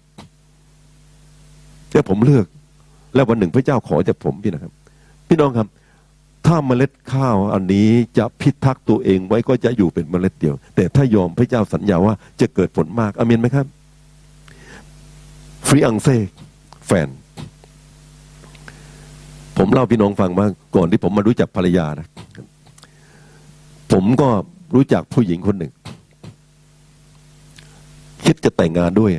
แต่ผมเลือกแล้ววันหนึ่งพระเจ้าขอจากผมพี่นะครับพี่น้องครับถ้าเมล็ดข้าวอันนี้จะพิทักษ์ตัวเองไว้ก็จะอยู่เป็นเมล็ดเดียวแต่ถ้ายอมพระเจ้าสัญญาว่าจะเกิดผลมากอาเมนไหมครับฟรีอังเซ่แฟนผมเล่าพี่น้องฟังว่าก่อนที่ผมมารู้จักภรรยานะผมก็รู้จักผู้หญิงคนหนึ่งคิดจะแต่งงานด้วย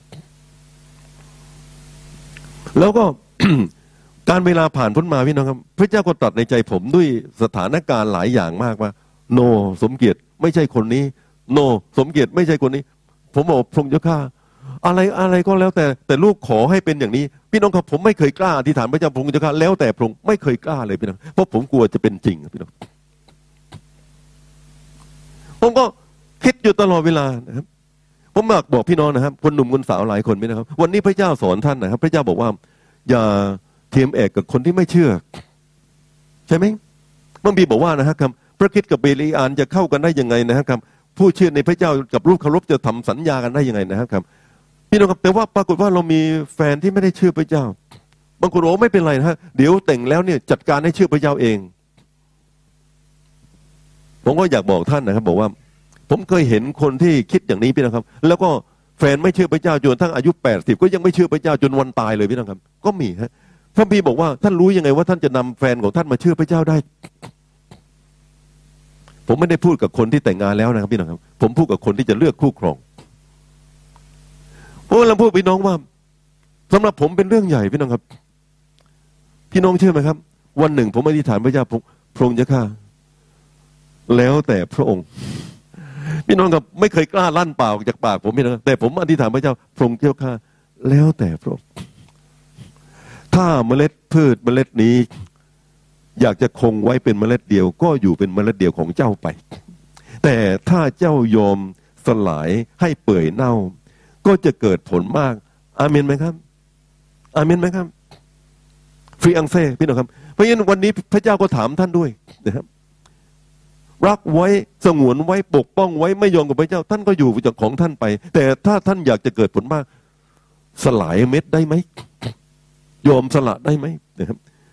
แล้วก็ การเวลาผ่านพ้นมาพี่น้องครับพระเจ้าก็ตรัสในใจผมด้วยสถานการณ์หลายอย่างมากว่าโนสมเกียรติไม่ใช่คนนี้โนสมเกียรติไม่ใช่คนนี้ผมบอกพระองค์เจ้าข้าอะไรอะไรก็แล้วแต่แต่ลูกขอให้เป็นอย่างนี้พี่น้องครับผมไม่เคยกล้าอธิษฐานพระเจ้าพระองค์เจ้าข้าแล้วแต่พระองค์ไม่เคยกล้าเลยพี่น้องเพราะผมกลัวจะเป็นจริงพี่น้องผมก็คิดอยู่ตลอดเวลานะครับผมอยากบอกพี่น้องนะครับคนหนุ่มคนสาวหลายคนพี่นะครับวันนี้พระเจ้าสอนท่านนะครับพระเจ้าบอกว่าอย่าเทียมเอกกับคนที่ไม่เชื่อใช่ไหมบางทีบอกว่านะครับพระคริสต์กับเบลีอานจะเข้ากันได้ยังไงนะครับผู้เชื่อในพระเจ้ากับรูปเคารพจะทำสัญญากันได้ยังไงนะครับพี่น้องครับแต่ว่าปรากฏว่าเรามีแฟนที่ไม่ได้เชื่อพระเจ้าบางคนบอกไม่เป็นไรนะฮะเดี๋ยวแต่งแล้วเนี่ยจัดการให้เชื่อพระเจ้าเองผมก็อยากบอกท่านนะครับบอกว่าผมเคยเห็นคนที่คิดอย่างนี้พี่น้องครับแล้วก็แฟนไม่เชื่อพระเจ้าจนทั้งอายุแปดสิบก็ยังไม่เชื่อพระเจ้าจนวันตายเลยพี่น้องครับก็มีฮะพระบิดาบอกว่าท่านรู้ยังไงว่าท่านจะนำแฟนของท่านมาเชื่อพระเจ้าได้ผมไม่ได้พูดกับคนที่แต่งงานแล้วนะครับพี่น้องครับผมพูดกับคนที่จะเลือกคู่ครองโอ้เราพูดพี่น้องว่าสำหรับผมเป็นเรื่องใหญ่พี่น้องครับพี่น้องเชื่อไหมครับวันหนึ่งผมอธิษฐานพระเจ้าพระองค์เจ้าข้าแล้วแต่พระองค์พี่น้องครับไม่เคยกล้าลั่นเปล่าจากปากผมพี่น้องแต่ผมอธิษฐานพระเจ้าพระองค์เจ้าข้าแล้วแต่พระองค์ถ้าเมล็ดพืชเมล็ดนี้อยากจะคงไว้เป็นเมล็ดเดียวก็อยู่เป็นเมล็ดเดียวของเจ้าไปแต่ถ้าเจ้ายอมสลายให้เปื่อยเน่าก็จะเกิดผลมากอาเมนไหมครับอาเมนไหมครับฟรีอังเซ่พี่น้องครับเพราะฉะนั้นวันนี้พระเจ้าก็ถามท่านด้วยนะครับรักไว้สงวนไว้ปกป้องไว้ไม่ยอมกับพระเจ้าท่านก็อยู่จากของท่านไปแต่ถ้าท่านอยากจะเกิดผลมากสลายเม็ดได้ไหมยอมสละได้ไหมนะครับ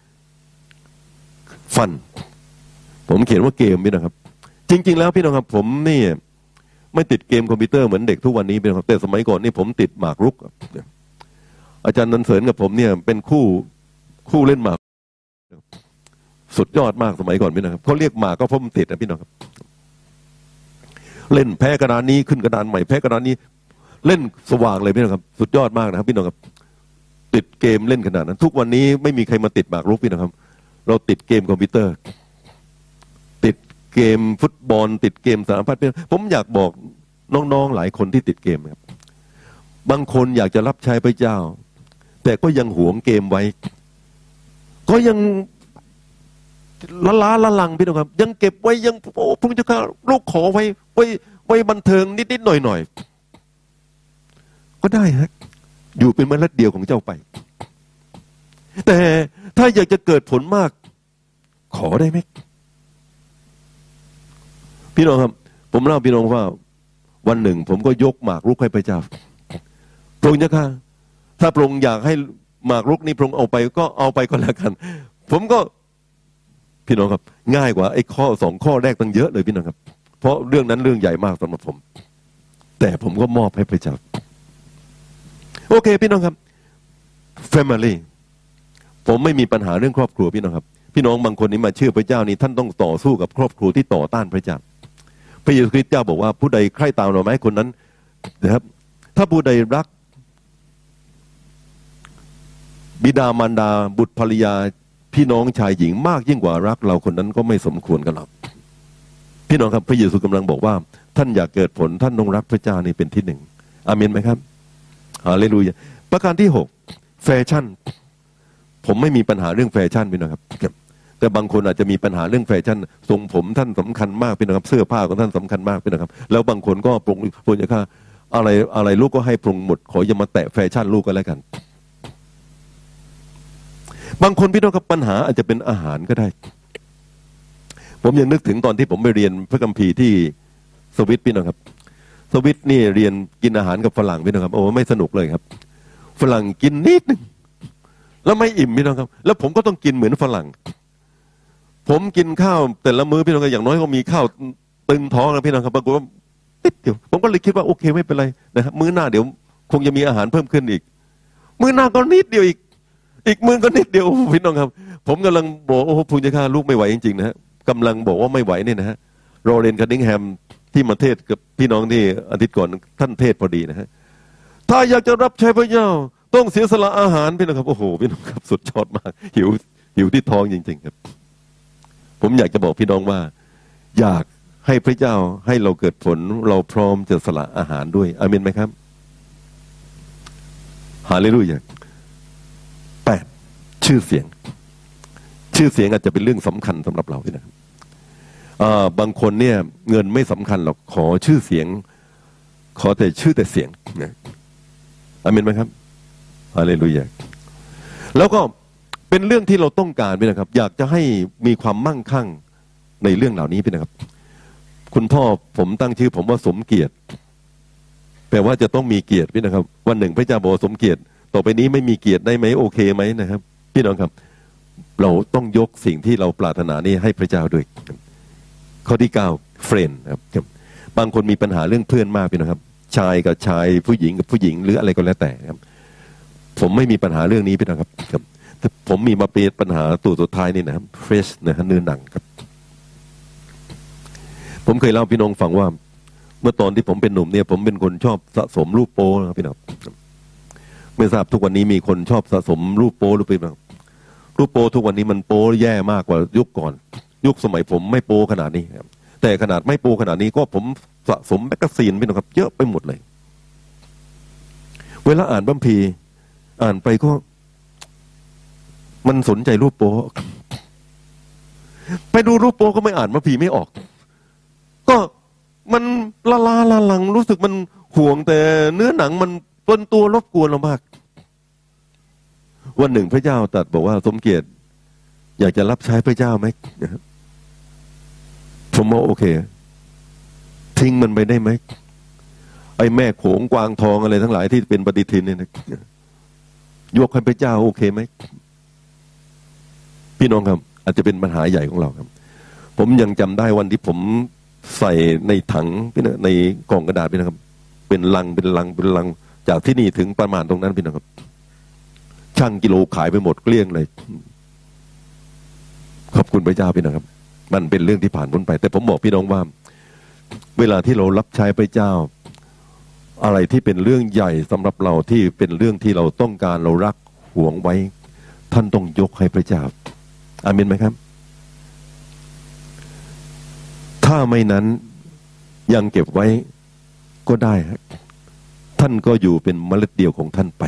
ฟันผมเขียนว่าเกมพี่นะครับจริงๆแล้วพี่น้องครับผมนี่ไม่ติดเกมคอมพิวเตอร์เหมือนเด็กทุกวันนี้พี่น้องครับแต่สมัยก่อนนี่ผมติดหมากรุกอาจารย์นันเสริญกับผมเนี่ยเป็นคู่คู่เล่นหมากสุดยอดมากสมัยก่อนพี่น้องครับเขาเรียกหมากก็เพราะมันติดนะพี่น้องครับเล่นแพ้กระดานนี้ขึ้นกระดานใหม่แพ้กระดานนี้เล่นสว่างเลยพี่น้องครับสุดยอดมากนะครับพี่น้องครับติดเกมเล่นขนาดนั้นทุกวันนี้ไม่มีใครมาติดหมากรุกพี่น้องครับเราติดเกมคอมพิวเตอร์ติดเกมฟุตบอลติดเกมสารพัดผมอยากบอกน้องๆหลายคนที่ติดเกมครับบางคนอยากจะรับใช้พระเจ้าแต่ก็ยังหวงเกมไว้ก็ยังละล้าละลังพี่น้องครับยังเก็บไว้ยังโอ้พระเจ้าข้าลูกขอไว้ไว้ไว้บันเทิงนิดๆหน่อยๆก็ได้ฮะอยู่เป็นเมล็ดเดียวของเจ้าไปแต่ถ้าอยากจะเกิดผลมากขอได้ไหมพี่น้องครับผมเล่าพี่น้องว่าวันหนึ่งผมก็ยกหมากรุกให้พระเจ้าพระองค์เจ้าข้าถ้าพระองค์อยากให้หมากรุกนี้พระองค์เอาไปก็เอาไปก็แล้วกันผมก็พี่น้องครับง่ายกว่าไอ้ข้อสองข้อแรกตั้งเยอะเลยพี่น้องครับเพราะเรื่องนั้นเรื่องใหญ่มากสำหรับผมแต่ผมก็มอบให้พระเจ้าโอเคพี่น้องครับ family ผมไม่มีปัญหาเรื่องครอบครัวพี่น้องครับพี่น้องบางคนนี้มาเชื่อพระเจ้านี่ท่านต้องต่อสู้กับครอบครัวที่ต่อต้านพระเจ้าพระเยซูคริสต์เจ้าบอกว่าผู้ใดใคร่ตามเราไหมคนนั้นนะครับถ้าผู้ใดรักบิดามารดาบุตรภรรยาพี่น้องชายหญิงมากยิ่งกว่ารักเราคนนั้นก็ไม่สมควรกับเราพี่น้องครับพระเยซูกำลังบอกว่าท่านอยากเกิดผลท่านต้องรักพระเจ้านี่เป็นที่หนึ่งอาเมนไหมครับฮาเลลูยาประการที่หกแฟชั่นผมไม่มีปัญหาเรื่องแฟชั่นพี่น้องครับแต่บางคนอาจจะมีปัญหาเรื่องแฟชั่นทรงผมท่านสำคัญมากพี่น้องครับเสื้อผ้าของท่านสำคัญมากพี่น้องครับแล้วบางคนก็ปรุงปรุงอย่างค่าอะไรอะไรลูกก็ให้ปรุงหมดขออย่ามาแตะแฟชั่นลูกก็แล้วกันบางคนพี่น้องครับปัญหาอาจจะเป็นอาหารก็ได้ผมยังนึกถึงตอนที่ผมไปเรียนพระคัมภีร์ที่สวิตพี่น้องครับสวิตนี่เรียนกินอาหารกับฝรั่งพี่น้องครับโอ้ไม่สนุกเลยครับฝรั่งกินนิดนึงแล้วไม่อิ่มพี่น้องครับแล้วผมก็ต้องกินเหมือนฝรั่งผมกินข้าวแต่ละมื้อพี่น้องครับอย่างน้อยก็มีข้าวตึงท้องนะพี่น้องครับปรากฏว่านิดเดียวผมก็เลยคิดว่าโอเคไม่เป็นไรนะครับมื้อหน้าเดี๋ยวคงจะมีอาหารเพิ่มขึ้นอีกมื้อหน้าก็นิดเดียวอีกอีกมื้อก็นิดเดียวพี่น้องครับผมกำลังบอกโอ้พูดจะฆ่าลูกไม่ไหวจริงๆนะฮะกำลังบอกว่าไม่ไหวเนี่ยนะฮะโรเลนคันนิงแฮมที่มาเทศกับพี่น้องที่อาทิตย์ก่อนท่านเทศพอดีนะฮะถ้าอยากจะรับใช้พระเจ้าต้องเสียสละอาหารพี่น้องครับโอ้โหพี่น้องครับสุดยอดมากหิวหิวที่ท้องจริงๆครับผมอยากจะบอกพี่น้องว่าอยากให้พระเจ้าให้เราเกิดผลเราพร้อมจะสละอาหารด้วยอาเมนไหมครับฮาเลลูยาแปดชื่อเสียงชื่อเสียงอาจจะเป็นเรื่องสำคัญสำหรับเราพี่นะครับบางคนเนี่ยเงินไม่สำคัญหรอกขอชื่อเสียงขอแต่ชื่อแต่เสียงนะอาเมนไหมครับฮาเลลูยาแล้วก็เป็นเรื่องที่เราต้องการพี่นะครับอยากจะให้มีความมั่งคั่งในเรื่องเหล่านี้พี่นะครับคุณพ่อผมตั้งชื่อผมว่าสมเกียรติแปลว่าจะต้องมีเกียรติพี่นะครับวันหนึ่งพระเจ้าบอกสมเกียรติต่อไปนี้ไม่มีเกียรติได้ไหมโอเคไหมนะครับพี่น้องครับเราต้องยกสิ่งที่เราปรารถนานี้ให้พระเจ้าด้วยข้อที่เก้าเฟรนด์ครับบางคนมีปัญหาเรื่องเพื่อนมากพี่นะครับชายกับชายผู้หญิงกับผู้หญิงหรืออะไรก็แล้วแต่ครับผมไม่มีปัญหาเรื่องนี้พี่นะครับผมมีมาเป็นปัญหาตัวสุดท้ายนี่นะครับเฟรชนะฮะเนื้อหนังครับผมเคยเล่าพี่น้องฟังว่าเมื่อตอนที่ผมเป็นหนุ่มเนี่ยผมเป็นคนชอบสะสมรูปโป้นะครับพี่น้องไม่ทราบทุกวันนี้มีคนชอบสะสมรูปโป้หรือเปล่ารูปโป้ทุกวันนี้มันโป้แย่มากกว่ายุคก่อนยุคสมัยผมไม่โป้ขนาดนี้ครับแต่ขนาดไม่โป้ขนาดนี้ก็ผมสะสมแมกกาซีนพี่น้องครับเยอะไปหมดเลยเวลาอ่านบัมพีอ่านไปก็มันสนใจรูปโป้ไปดูรูปโป้ก็ไม่อ่านบัมพีไม่ออกก็มันละลาละลังรู้สึกมันห่วงแต่เนื้อหนังมันเป็นตัวรบกวนเรามากวันหนึ่งพระเจ้าตรัสบอกว่าสมเกียรติอยากจะรับใช้พระเจ้าไหมผมว่าโอเคทิ้งมันไปได้ไหมไอ้แม่โขงกวางทองอะไรทั้งหลายที่เป็นปฏิทินเนี่ยนะยกให้พระเจ้าโอเคไหมพี่น้องครับอาจจะเป็นปัญหาใหญ่ของเราครับผมยังจำได้วันที่ผมใส่ในถังพี่นะในกล่องกระดาษพี่นะครับเป็นลังเป็นลังเป็นลังจากที่นี่ถึงประมาณตรงนั้นพี่นะครับช่างกิโลขายไปหมดเกลี้ยงเลยขอบคุณพระเจ้าพี่นะครับมันเป็นเรื่องที่ผ่านพ้นไปแต่ผมบอกพี่น้องว่าเวลาที่เรารับใช้พระเจ้าอะไรที่เป็นเรื่องใหญ่สำหรับเราที่เป็นเรื่องที่เราต้องการเรารักหวงไว้ท่านต้องยกให้พระเจ้าอาเมนไหมครับถ้าไม่นั้นยังเก็บไว้ก็ได้ครับท่านก็อยู่เป็นเมล็ดเดียวของท่านไป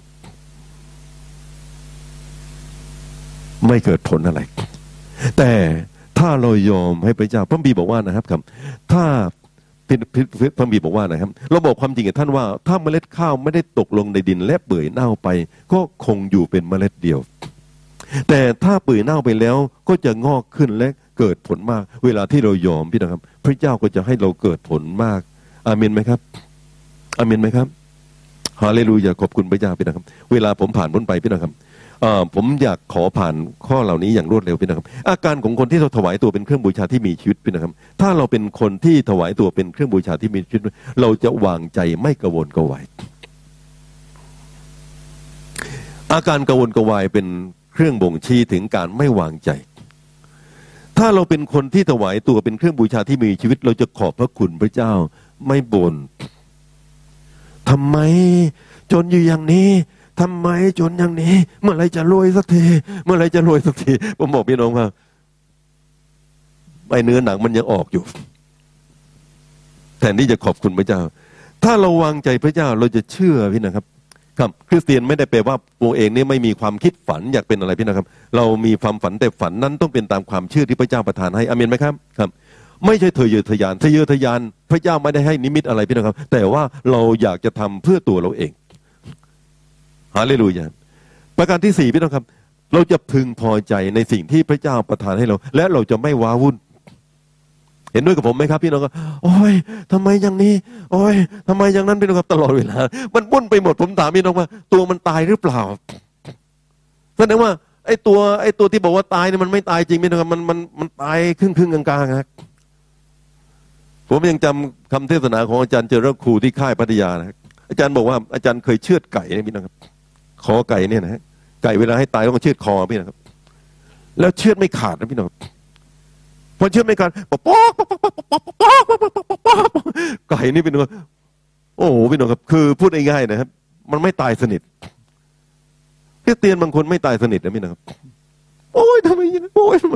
ไม่เกิดผลอะไรแต่ถ้าเรายอมให้พระเจ้าพระบิดาบอกว่านะครับครับถ้าพระบิดาบอกว่านะครับเราบอกความจริงกับท่านว่าถ้าเมล็ดข้าวไม่ได้ตกลงในดินและเปื่อยเน่าไปก็คงอยู่เป็นเมล็ดเดียวแต่ถ้าเปื่อยเน่าไปแล้วก็จะงอกขึ้นและเกิดผลมากเวลาที่เรายอมพี่นะครับพระเจ้าก็จะให้เราเกิดผลมากอาเมนไหมครับอาเมนไหมครับฮาเลลูยาขอบคุณพระเจ้าพี่นะครับเวลาผมผ่านพ้นไปพี่นะครับผมอยากขอผ่านข้อเหล่านี้อย่างรวดเร็วพี่นะครับอาการของคนที่เราถวายตัวเป็นเครื่องบูชาที่มีชีวิตพี่นะครับถ้าเราเป็นคนที่ถวายตัวเป็นเครื่องบูชาที่มีชีวิตเราจะวางใจไม่กระวนกระวายอาการกระวนกระวายเป็นเครื่องบ่งชี้ถึงการไม่วางใจถ้าเราเป็นคนที่ถวายตัวเป็นเครื่องบูชาที่มีชีวิตเราจะขอบพระคุณพระเจ้าไม่บ่นทำไมจนอยู่อย่างนี้ทำไมจนอย่างนี้เมื่อไรจะรวยสักทีเมื่อไรจะรวยสักทีผมบอกพี่น้องว่าไอ้เนื้อหนังมันยังออกอยู่แทนที่จะขอบคุณพระเจ้าถ้าเราวางใจพระเจ้าเราจะเชื่อพี่นะครับครับคริสเตียนไม่ได้แปลว่าตัวเองนี่ไม่มีความคิดฝันอยากเป็นอะไรพี่นะครับเรามีความฝันแต่ฝันนั้นต้องเป็นตามความเชื่อที่พระเจ้าประทานให้อาเมนไหมครับครับไม่ใช่ทะเยอทะยานทะเยอทะยานพระเจ้าไม่ได้ให้นิมิตอะไรพี่นะครับแต่ว่าเราอยากจะทำเพื่อตัวเราเองฮาเลลูยาประการที่สี่พี่น้องครับเราจะพึงพอใจในสิ่งที่พระเจ้าประทานให้เราและเราจะไม่ว้าวุ่นเห็นด้วยกับผมไหมครับพี่น้องก็โอ้ยทำไมอย่างนี้โอ้ยทำไมอย่างนั้นพี่น้องครับตลอดเวลามันวุ่นไปหมดผมถามพี่น้องว่าตัวมันตายหรือเปล่าแสดงว่าไอ้ตัวไอ้ตัวที่บอกว่าตายเนี่ยมันไม่ตายจริงพี่น้องครับมันมันมันตายครึ่งครึ่งกลางๆนะผมยังจำคำเทศนาของอาจารย์เจริญครูที่ค่ายพัทยานะอาจารย์บอกว่าอาจารย์เคยเชือดไก่เนี่ยพี่น้องครับคอไก่เนี่ยนะไก่เวลาให้ตายต้องเชือดคอพี่นะครับแล้วเชือดไม่ขาดนะพี่น้องพอเชือดไม่ขาดป๊อกป๊อกป๊อกป๊อกป๊อกป๊อกป๊อกไก่นี่พี่น้องโอ้โหพี่น้องครับคือพูดง่ายๆนะครับมันไม่ตายสนิทคริสเตียนบางคนไม่ตายสนิทนะพี่น้องครับโอ้ยทำไมโอ้ยทำไม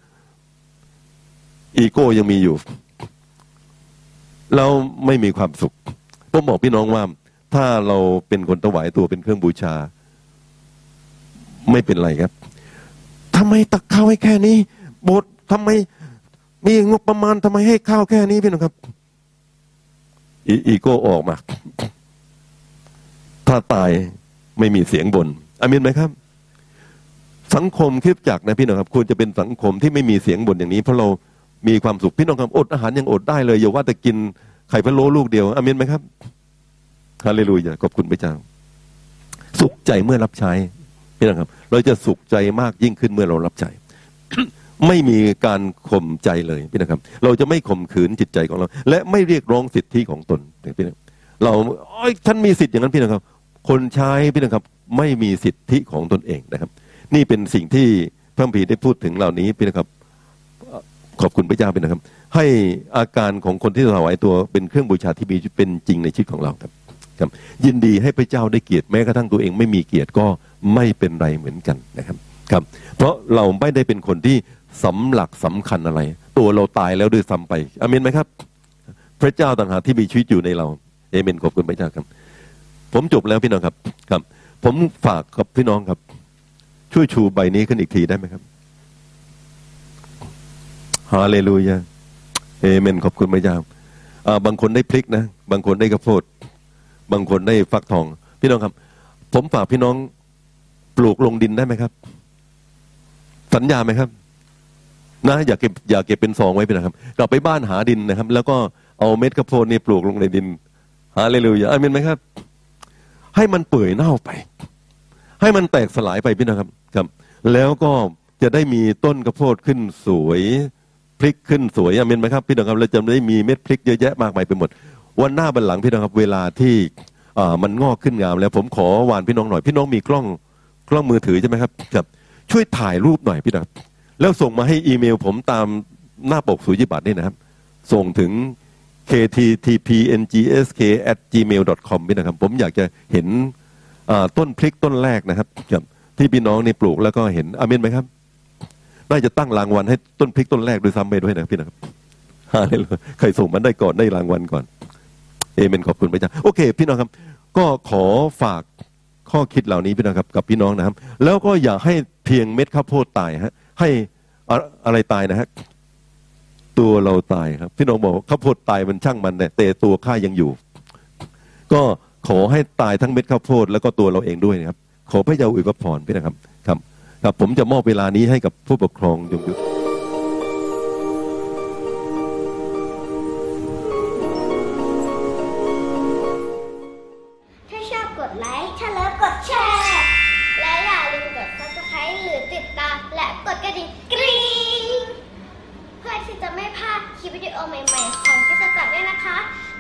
อีโก้ยังมีอยู่เราไม่มีความสุขผมบอกพี่น้องว่าถ้าเราเป็นคนถวายตัวเป็นเครื่องบูชาไม่เป็นไรครับทำไมตักข้าวให้แค่นี้โบสถ์ทำไมมีงบประมาณทำไมให้ข้าวแค่นี้พี่น้องครับอีอีโก้ออกมาถ้าตายไม่มีเสียงบ่นอามินไหมครับสังคมคริสตจักรนะพี่น้องครับควรจะเป็นสังคมที่ไม่มีเสียงบ่นอย่างนี้เพราะเรามีความสุขพี่น้องครับอดอาหารยังอดได้เลยอย่าว่าแต่กินไข่พะโล้ลูกเดียวอามินไหมครับฮาเลลูยาขอบคุณพระเจ้าสุขใจเมื่อรับใช้พี่น้องครับเราจะสุขใจมากยิ่งขึ้นเมื่อเรารับใช้ ไม่มีการข่มใจเลยพี่น้องครับเราจะไม่ข่มขืนจิตใจของเราและไม่เรียกร้องสิทธิของตนพี่น้องเราโอ้ยฉันมีสิทธิ์อย่างนั้นพี่น้องครับคนใช้พี่น้องครับไม่มีสิทธิของตนเองนะครับนี่เป็นสิ่งที่พระคัมภีร์ได้พูดถึงเหล่านี้พี่น้องครับขอบคุณพระเจ้าพี่น้องครับให้อาการของคนที่ถวายตัวเป็นเครื่องบูชาที่มีเป็นจริงในชีวิตของเราครับครับยินดีให้พระเจ้าได้เกียรติแม้กระทั่งตัวเองไม่มีเกียรติก็ไม่เป็นไรเหมือนกันนะครับครับเพราะเราไม่ได้เป็นคนที่สำหลักสำคัญอะไรตัวเราตายแล้วด้วยซ้ำไปอาเมนไหมครับพระเจ้าต่างหากที่มีชีวิตอยู่ในเราเอเมนขอบคุณพระเจ้าครับผมจบแล้วพี่น้องครับครับผมฝากกับพี่น้องครับช่วยชูใบนี้ขึ้นอีกทีได้ไหมครับฮาเลลูยาเอเมนขอบคุณพระเจ้าบางคนได้พริกนะบางคนได้ข้าวโพดบางคนได้ฟักทองพี่น้องครับผมฝากพี่น้องปลูกลงดินได้ไหมครับสัญญาไหมครับนะอย่าเก็บอย่าเก็บเป็นซองไว้พี่นะครับกลับไปบ้านหาดินนะครับแล้วก็เอาเม็ดข้าวโพดนี่ปลูกลงในดินฮาเลลูยาอาเมนไหมครับให้มันเปื่อยเน่าไปให้มันแตกสลายไปพี่นะครับครับแล้วก็จะได้มีต้นข้าวโพดขึ้นสวยพริกขึ้นสวยอาเมนไหมครับพี่น้องครับเราจะได้มีเม็ดพริกเยอะแยะมากมายไปหมดวันหน้าบันหลังพี่น้องครับเวลาที่อ่ามันงอกขึ้นงามแล้วผมขอวานพี่น้องหน่อยพี่น้องมีกล้องกล้องมือถือใช่ไหมครับครับช่วยถ่ายรูปหน่อยพี่น้องแล้วส่งมาให้อีเมลผมตามหน้าปกสุญิบัตรนี่นะครับส่งถึง เค ที ที พี เอ็น จี เอส เค แอท จีเมล ดอท คอม พี่นะครับผมอยากจะเห็นต้นพริกต้นแรกนะครับที่พี่น้องนี่ปลูกแล้วก็เห็นอาเมนไหมครับน่าจะตั้งรางวัลให้ต้นพริกต้นแรกด้วยซ้ำไปด้วยนะพี่นะครับใครส่งมันได้ก่อนได้รางวัลก่อนเอเมนขอบคุณพระเจ้าโอเคพี่น้องครับก็ขอฝากข้อคิดเหล่านี้พี่น้องครับกับพี่น้องนะครับแล้วก็อย่าให้เพียงเม็ดข้าวโพดตายฮะให้อะไรตายนะฮะตัวเราตายครับพี่น้องบอกข้าวโพดตายมันช่างมันแต่ตัวข้ายังอยู่ก็ขอให้ตายทั้งเม็ดข้าวโพดแล้วก็ตัวเราเองด้วยนะครับขอพระเจ้าอวยพรพี่นะครับครับครับผมจะมอบเวลานี้ให้กับผู้ปกครองยงยุทธถ้าชอบกดไลค์ถ้าเลิฟกดแชร์และอย่าลืมกดค์หรือติดตามและกดกระดิ่งกรี๊งเพื่อที่จะไม่พลาดคลิปวิดีโอใหม่ๆของคริสตจักรด้วยนะคะ